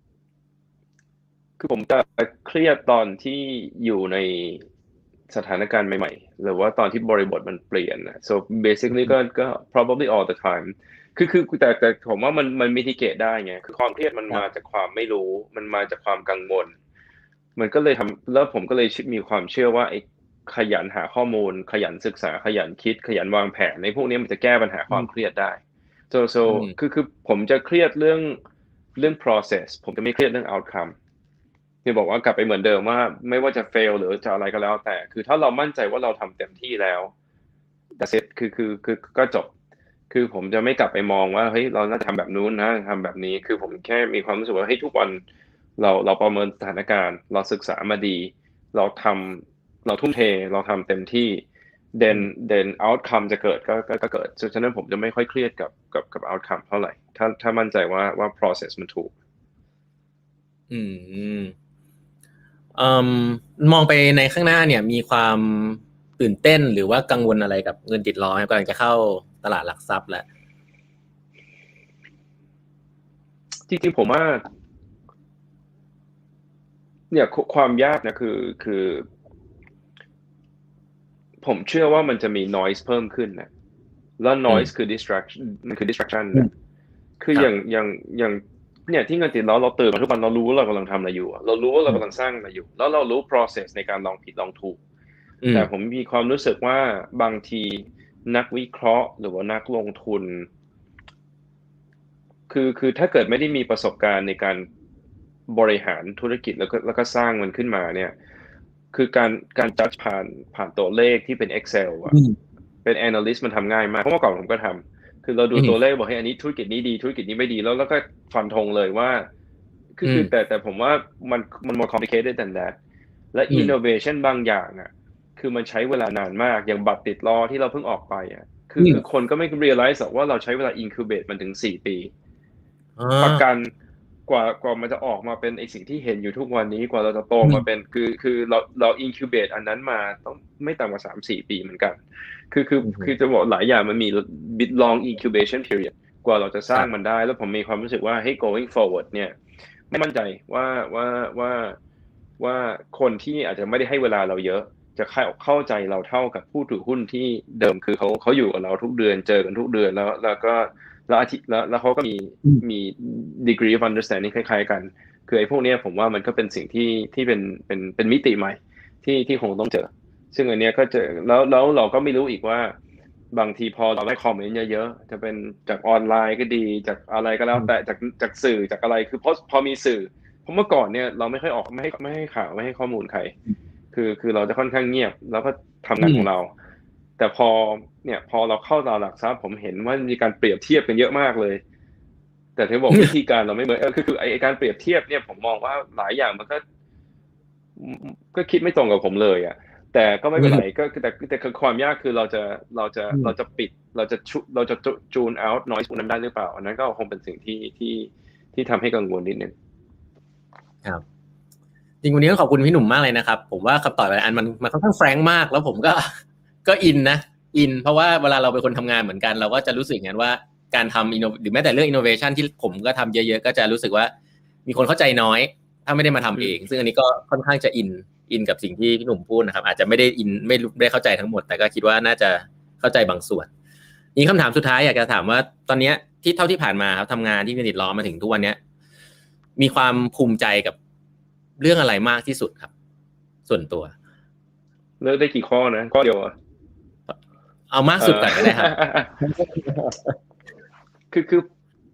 คือผมจะเครียดตอนที่อยู่ในสถานการณ์ใหม่ๆหรือว่าตอนที่บริบทมันเปลี่ยนนะ so basically ก็ก็ probably all the time คือคือแต่แต่ผมว่ามันมันมิติเกตได้ไงคือความเครียดมันมาจากความไม่รู้มันมาจากความกังวลมันก็เลยทำแล้วผมก็เลยมีความเชื่อว่าไอ้ขยันหาข้อมูลขยันศึกษาขยันคิดขยันวางแผนในพวกนี้มันจะแก้ปัญหาความเครียดได้ so so คือคือผมจะเครียดเรื่องเรื่อง process ผมจะไม่เครียดเรื่อง outcome ที่บอกว่ากลับไปเหมือนเดิมว่าไม่ว่าจะ fail หรือจะอะไรก็แล้วแต่คือถ้าเรามั่นใจว่าเราทำเต็มที่แล้วแต่เสร็จคือคือคือก็จบคือผมจะไม่กลับไปมองว่าเฮ้ยเราน่าจะทำแบบนู้นนะทำแบบนี้คือผมแค่มีความรู้สึกว่าเฮ้ยทุกวันเราเราประเมินสถานการณ์เราศึกษามาดีเราทำเราทุ่มเทเราทำเต็มที่เดนเดน outcome จะเกิดก็ก็ก็เกิดฉะนั้นผมจะไม่ค่อยเครียดกับกับกับ outcome เท่าไหร่ถ้าถ้ามั่นใจว่าว่า process มันถูกอืมอืมมองไปในข้างหน้าเนี่ยมีความตื่นเต้นหรือว่ากังวลอะไรกับเงินติดล้อไหมกำลังจะเข้าตลาดหลักทรัพย์แล้วจริงๆผมว่าเนี่ยความยากนะคือคือผมเชื่อว่ามันจะมี noise เพิ่มขึ้นนะแล้ว noise คือ distraction มันคือ distraction นะคืออย่างอย่างอย่างเนี่ยที่เงินติดล้อเราตื่นมาทุกวันเรารู้ว่าเรากำลังทำอะไรอยู่เรารู้ว่าเรากำลังสร้างอะไรอยู่แล้วเรารู้ process ในการลองผิดลองถูกแต่ผมมีความรู้สึกว่าบางทีนักวิเคราะห์หรือว่านักลงทุนคือคือถ้าเกิดไม่ได้มีประสบการณ์ในการบริหารธุรกิจแล้วก็แล้วก็สร้างมันขึ้นมาเนี่ยคือการการจัดผ่านผ่านตัวเลขที่เป็น Excel อ่ะเป็น analyst มันทำง่ายมากเพราะเมื่อก่อนผมก็ทำคือเราดูตัวเลขบอกให้อันนี้ธุรกิจนี้ดีธุรกิจนี้ไม่ดีแล้วแล้วก็ฟันธงเลยว่าคือคือแต่แต่ผมว่ามันมัน more complicated than that และ innovation บางอย่างอ่ะคือมันใช้เวลานานมากอย่างบัตรติดล้อที่เราเพิ่งออกไปอ่ะคือคือคนก็ไม่ realize หรอกว่าเราใช้เวลา incubate มันถึงสี่ปีประกันกว่ากว่ามันจะออกมาเป็นไอสิ่งที่เห็นอยู่ทุกวันนี้กว่าเราจะโตมาเป็นคือคือเราเรา incubate อันนั้นมาต้องไม่ต่ำกว่าสามสี่ปีเหมือนกันคือคือคือจะบอกหลายอย่างมันมี long incubation period กว่าเราจะสร้างมันได้แล้วผมมีความรู้สึกว่าให้ going forward เนี่ยไม่มั่นใจว่าว่าว่าว่าคนที่อาจจะไม่ได้ให้เวลาเราเยอะจะเข้าเข้าใจเราเท่ากับผู้ถือหุ้นที่เดิมคือเขาเขาอยู่กับเราทุกเดือนเจอกันทุกเดือนแล้วแล้วก็แล้วอาทิตย์แล้วแล้วเขาก็มีมี degree of understanding คล้ายๆกันคือไอ้พวกนี้ผมว่ามันก็เป็นสิ่งที่ที่เป็นเป็นเป็นมิติใหม่ที่ที่คงต้องเจอซึ่งอันนี้ก็เจอแล้วแล้วเราก็ไม่รู้อีกว่าบางทีพอเราได้คอมเมนต์เยอะๆจะเป็นจากออนไลน์ก็ดีจากอะไรก็แล้วแต่จากจากสื่อจากอะไรคือพอพอมีสื่อเพราะเมื่อก่อนเนี่ยเราไม่ค่อยออกไม่ให้ไม่ให้ข่าวไม่ให้ข้อมูลใครคือคือเราจะค่อนข้างเงียบแล้วก็ทำงานของเราแต่พอเนี่ยพอเราเข้าตลาดหลักทรัพย์ผมเห็นว่ามีการเปรียบเทียบกันเยอะมากเลยแต่ที่บอกวิธีการเราไม่เหมือนเออคือคือไอการเปรียบเทียบเนี่ยผมมองว่าหลายอย่างมันก็ก็คิดไม่ตรงกับผมเลยอ่ะแต่ก็ไม่เป็นไรก็แต่แต่คือความยากคือเราจะเราจะเราจะปิดเราจะชุเราจะจูนเอาท์นอยส์พวกนั้นได้หรือเปล่าอันนั้นก็คงเป็นสิ่งที่ที่ที่ทำให้กังวลนิดนึงครับจริงวันนี้ต้องขอบคุณพี่หนุ่มมากเลยนะครับผมว่าคำตอบหลายอันมันมันค่อนข้างแฟรงค์มากแล้วผมก็ก็อินนะอินเพราะว่าเวลาเราเป็นคนทำงานเหมือนกันเราก็จะรู้สึกอย่างนั้นว่าการทำอินโนหรือแม้แต่เรื่องอินโนเวชันที่ผมก็ทำเยอะๆก็จะรู้สึกว่ามีคนเข้าใจน้อยถ้าไม่ได้มาทำเองซึ่งอันนี้ก็ค่อนข้างจะอินอินกับสิ่งที่พี่หนุ่มพูดนะครับอาจจะไม่ได้อินไม่ได้เข้าใจทั้งหมดแต่ก็คิดว่าน่าจะเข้าใจบางส่วนนี่คำถามสุดท้ายอยากจะถามว่าตอนนี้ที่เท่าที่ผ่านมาครับทำงานที่เป็นติดล้อมาถึงทุกวันนี้มีความภูมิใจกับเรื่องอะไรมากที่สุดครับส่วนตัวเลือกได้กี่ข้อนะข้อเดียวอะเอามากสุดก่อนก็ได้ครับคือคือ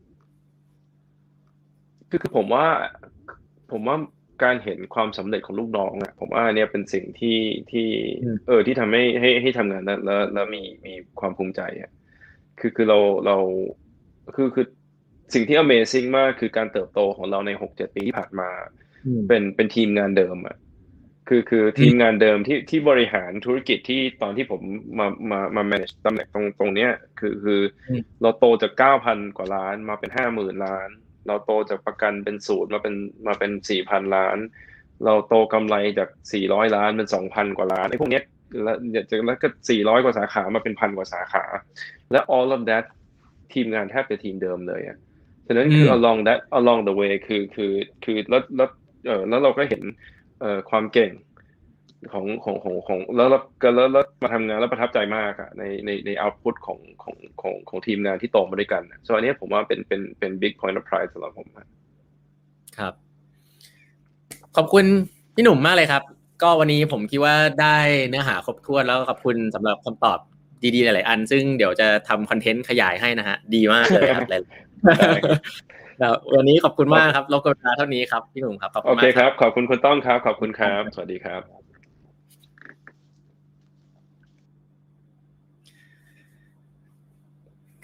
คือคือผมว่าผมว่าการเห็นความสำเร็จของลูกน้องอ่ะผมว่าเนี่ยเป็นสิ่งที่ที่เออที่ทำให้ให้ให้ทำงานแล้วแล้วแล้วมีมีความภูมิใจอ่ะคือคือเราเราคือคือสิ่งที่ Amazing มากคือการเติบโตของเราในหกเจ็ดปีที่ผ่านมาเป็นเป็นทีมงานเดิมอ่ะคือคือทีมงานเดิมที่ที่บริหารธุรกิจที่ตอนที่ผมมามามา manage ตำแหน่งตรงตรงเนี้ยคือคือเราโตจากเก้าพันกว่าล้านมาเป็นห้าหมื่นล้านเราโตจากประกันเป็นศูนย์มาเป็นมาเป็นสี่พันล้านเราโตกำไรจากสี่ร้อยล้านเป็นสองพันกว่าล้านไอ้พวกเนี้ยแล้วจากแล้วก็สี่ร้อยกว่าสาขามาเป็นพันกว่าสาขาและ all of that ทีมงานแทบจะทีมเดิมเลยอ่ะฉะนั้นคือ along that along the way คือคือคือแล้วแล้วเออแล้วเราก็เห็นเอ่อความเก่งของของของของแล้วแล้วแล้วแล้วมาทำงานแล้วประทับใจมากอะในในใน output ของของของของทีมงานที่โตมาด้วยกันส่วนอันนี้ผมว่าเป็นเป็นเป็น big point of pride สำหรับผมครับขอบคุณพี่หนุ่มมากเลยครับก็วันนี้ผมคิดว่าได้เนื้อหาครบถ้วนแล้วขอบคุณสำหรับคำตอบดีๆหลายๆอันซึ่งเดี๋ยวจะทำคอนเทนต์ขยายให้นะฮะดีมากเลยครับแล้ววันนี้ขอบคุณมากครับเราก็เวลาเท่านี้ครับพี่หนุ่มครับขอบคุณมากโอเคครับขอบคุณคุณต้องครับขอบคุณครับสวัสดีครับ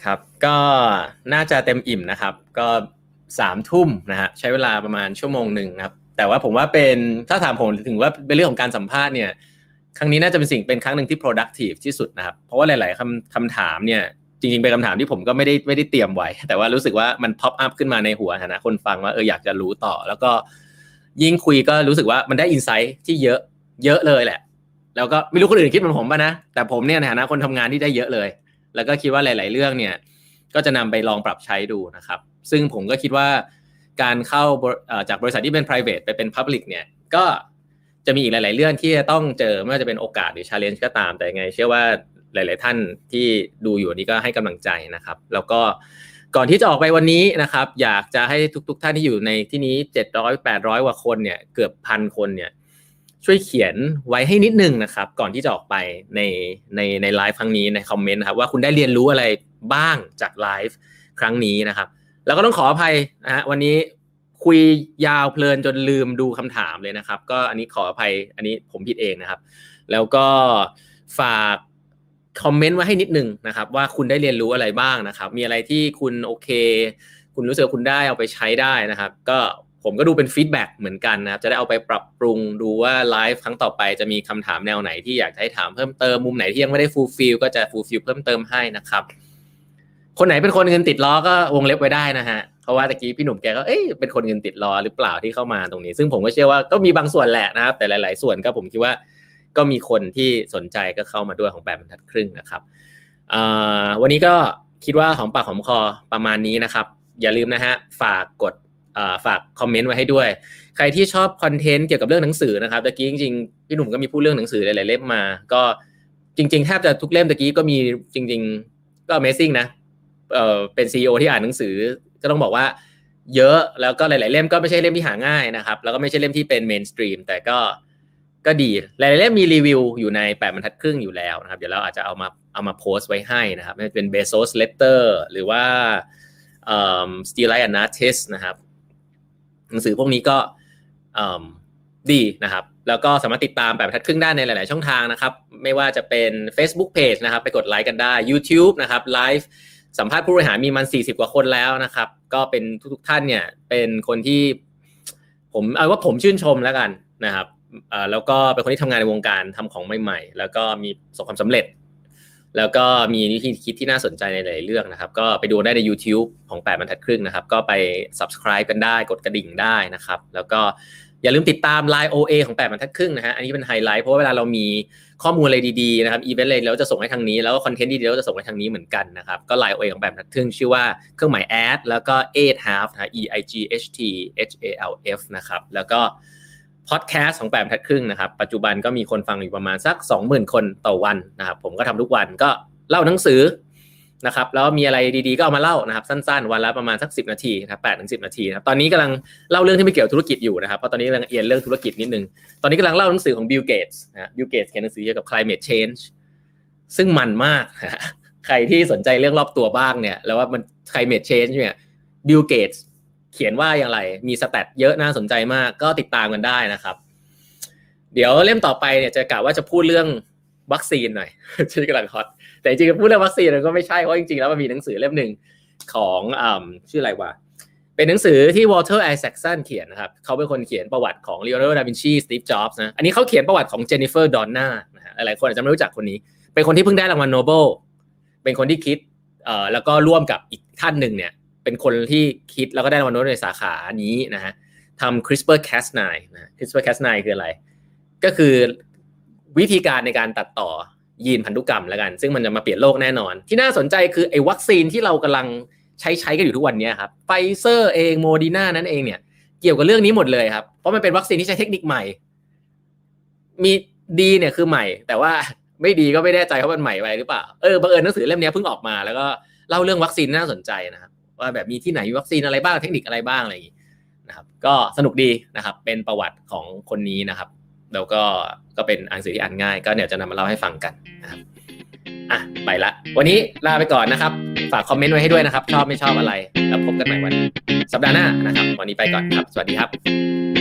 ครับก็น่าจะเต็มอิ่มนะครับก็สามทุ่มนะฮะใช้เวลาประมาณชั่วโมงหนึ่งครับแต่ว่าผมว่าเป็นถ้าถามผมถึงว่าเป็นเรื่องของการสัมภาษณ์เนี่ยครั้งนี้น่าจะเป็นสิ่งเป็นครั้งหนึ่งที่ productive ที่สุดนะครับเพราะว่าหลายๆคำคำถามเนี่ยจริงๆเป็นคำถามที่ผมก็ไม่ได้ไม่ได้เตรียมไว้แต่ว่ารู้สึกว่ามัน pop up ขึ้นมาในหัวนะคนฟังว่าเอออยากจะรู้ต่อแล้วก็ยิ่งคุยก็รู้สึกว่ามันได้ insight ที่เยอะเยอะเลยแหละแล้วก็ไม่รู้คนอื่นคิดเหมือนผมป่ะนะแต่ผมเนี่ยในฐานะคนทำงานที่ได้เยอะเลยแล้วก็คิดว่าหลายๆเรื่องเนี่ยก็จะนำไปลองปรับใช้ดูนะครับซึ่งผมก็คิดว่าการเข้าจากบริษัทที่เป็น private ไปเป็น public เนี่ยก็จะมีอีกหลายๆเรื่องที่จะต้องเจอไม่ว่าจะเป็นโอกาสหรือ challenge ก็ตามแต่ยังไงเชื่อว่าหลายๆท่านที่ดูอยู่นี้ก็ให้กำลังใจนะครับแล้วก็ก่อนที่จะออกไปวันนี้นะครับอยากจะให้ทุกๆท่านที่อยู่ในที่นี้เจ็ดร้อย แปดร้อยกว่าคนเนี่ยเกือบพันคนเนี่ยช่วยเขียนไว้ให้นิดนึงนะครับก่อนที่จะออกไปในในในไลฟ์ครั้งนี้ในคอมเมนต์นะครับว่าคุณได้เรียนรู้อะไรบ้างจากไลฟ์ครั้งนี้นะครับแล้วก็ต้องขออภัยนะฮะวันนี้คุยยาวเพลินจนลืมดูคำถามเลยนะครับก็อันนี้ขออภัยอันนี้ผมผิดเองนะครับแล้วก็ฝากคอมเมนต์ไว้ให้นิดนึงนะครับว่าคุณได้เรียนรู้อะไรบ้างนะครับมีอะไรที่คุณโอเคคุณรู้สึกคุณได้เอาไปใช้ได้นะครับก็ผมก็ดูเป็นฟีดแบ็กเหมือนกันนะครับจะได้เอาไปปรับปรุงดูว่าไลฟ์ครั้งต่อไปจะมีคำถามแนวไหนที่อยากให้ถามเพิ่มเติมมุมไหนที่ยังไม่ได้ฟูลฟิลก็จะฟูลฟิลเพิ่มเติมให้นะครับคนไหนเป็นคนเงินติดล้อก็วงเล็บไว้ได้นะฮะเพราะว่าตะกี้พี่หนุ่มแกก็เอ๊ะเป็นคนเงินติดล้อหรือเปล่าที่เข้ามาตรงนี้ซึ่งผมก็เชื่อว่าก็มีบางส่วนแหละนะครับแต่หลายๆส่วนก็ผมคิดว่าก็มีคนที่สนใจก็เข้ามาด้วยของแปดบรรทัดครึ่งนะครับวันนี้ก็คิดว่าหอมปากหอมคอประมาณนี้นะครับอย่าลืมนะฮะฝากกดฝากคอมเมนต์ไว้ให้ด้วยใครที่ชอบคอนเทนต์เกี่ยวกับเรื่องหนังสือนะครับตะกี้จริงๆพี่หนุ่มก็มีพูดเรื่องหนังสือหลายๆเล่มมาก็จริงๆแทบจะทุกเล่มตะกี้ก็มีจริงๆก็ Amazing นะเอ่อเป็น ซี อี โอ ที่อ่านหนังสือก็ต้องบอกว่าเยอะแล้วก็หลายๆเล่มก็ไม่ใช่เล่มที่หาง่ายนะครับแล้วก็ไม่ใช่เล่มที่เป็นเมนสตรีมแต่ก็ก็ดีหลายๆเล่มมีรีวิวอยู่ในแปดบรรทัดครึ่งอยู่แล้วนะครับเดี๋ยวเราอาจจะเอามาเอามาโพสต์ไว้ให้นะครับไม่ว่าเป็น Bezos Letter หรือว่าเอ่อ Still Like an Artist นะครับหนังสือพวกนี้ก็ดีนะครับแล้วก็สามารถติดตามแปดบรรทัดครึ่งได้ในหลายๆช่องทางนะครับไม่ว่าจะเป็น Facebook Page นะครับไปกดไลค์กันได้ YouTube นะครับไลฟ์สัมภาษณ์ผู้บริหารมีมันสี่สิบกว่าคนแล้วนะครับก็เป็นทุกๆท่านเนี่ยเป็นคนที่ผมเอาว่าผมชื่นชมแล้วกันนะครับแล้วก็เป็นคนที่ทำงานในวงการทำของใหม่ๆแล้วก็มีประสบความสำเร็จแล้วก็มีวิธีคิดที่น่าสนใจในหลายเรื่องนะครับก็ไปดูได้ใน YouTube ของแปดบรรทัดครึ่งนะครับก็ไป Subscribe กันได้กดกระดิ่งได้นะครับแล้วก็อย่าลืมติดตาม ไลน์ โอ เอ ของแปดบรรทัดครึ่งนะฮะอันนี้เป็นไฮไลท์เพราะว่าเวลาเรามีข้อมูลอะไรดีๆนะครับอีเวนต์อะไรเราจะส่งให้ทางนี้แล้วก็คอนเทนต์ดีๆเราจะส่งให้ทางนี้เหมือนกันนะครับก็ ไลน์ โอ เอ ของแปดบรรทัดครึ่งชื่อว่าเครื่องหมายแอดแล้วก็ eight half นะ e i g h t h a l f นะครับแล้วก็พอดแคสต์ของแปดบรรทัดครึ่งนะครับปัจจุบันก็มีคนฟังอยู่ประมาณสัก สองหมื่น คนต่อวันนะครับผมก็ทำทุกวันก็เล่าหนังสือนะครับแล้วมีอะไรดีๆก็เอามาเล่านะครับสั้นๆวันละประมาณสักสิบนาทีนะครับแปดถึงสิบนาทีนะครับตอนนี้กำลังเล่าเรื่องที่ไม่เกี่ยวกับธุรกิจอยู่นะครับเพราะตอนนี้กำลังเอียนเรื่องธุรกิจนิดนึงตอนนี้กำลังเล่าหนังสือของ Bill Gates นะ Bill Gates เขียนหนังสือเกี่ยวกับ climate change ซึ่งมันมากใครที่สนใจเรื่องรอบตัวบ้างเนี่ยแล้วว่ามัน climate change เนี่ย Bill Gates เขียนว่าอย่างไรมีสแตทเยอะน่าสนใจมากก็ติดตามกันได้นะครับเดี๋ยวเล่มต่อไปเนี่ยจะกะว่าจะพูดเรื่องวัคซีนหน่อยที่กำลังฮอตแต่จริงๆพูดเรื่องวัคซีนก็ไม่ใช่เพราะจริงๆแล้วมันมีหนังสือเล่มหนึ่งของอ่าชื่ออะไรวะเป็นหนังสือที่วอลเตอร์ ไอแซคสันเขียนนะครับเขาเป็นคนเขียนประวัติของลีโอนาร์โด ดาวินชีสตีฟจ็อบส์นะอันนี้เขาเขียนประวัติของเจนนิเฟอร์ดอนน่านะฮะหลายๆคนอาจจะไม่รู้จักคนนี้เป็นคนที่เพิ่งได้รางวัลโนเบลเป็นคนที่คิดเอ่อแล้วก็ร่วมกับอีกท่านหนึ่งเนี่ยเป็นคนที่คิดแล้วก็ได้รางวัลโนเบลในสาขานี้นะฮะทำ CRISPR แคส ไนน์ นะ CRISPR แคส ไนน์ คืออะไรก็คือวิธีการในการตัดต่อยีนพันธุกรรมแล้วกันซึ่งมันจะมาเปลี่ยนโลกแน่นอนที่น่าสนใจคือไอ้วัคซีนที่เรากำลังใช้ใช้กันอยู่ทุกวันนี้ครับไฟเซอร์เองโมเดอร์นานั่นเองเนี่ยเกี่ยวกับเรื่องนี้หมดเลยครับเพราะมันเป็นวัคซีนที่ใช้เทคนิคใหม่มีดีเนี่ยคือใหม่แต่ว่าไม่ดีก็ไม่แน่ใจว่ามันใหม่ไปหรือเปล่าเออบังเอิญหนังสือเล่มนี้เพิ่งออกมาแล้วก็เล่าเรื่องวัคซีนน่าสนใจนะครับว่าแบบมีที่ไหนมีวัคซีนอะไรบ้างเทคนิคอะไรบ้างอะไรอย่างนี้นะครับก็สนุกดีนะครับเป็นประวัติของคนนี้นะครับแล้วก็ก็เป็นหนังสือที่อ่านง่ายก็เดี๋ยวจะนำมาเล่าให้ฟังกันนะครับอ่ะไปละวันนี้ลาไปก่อนนะครับฝากคอมเมนต์ไว้ให้ด้วยนะครับชอบไม่ชอบอะไรแล้วพบกันใหม่วันสัปดาห์หน้านะครับวันนี้ไปก่อนครับสวัสดีครับ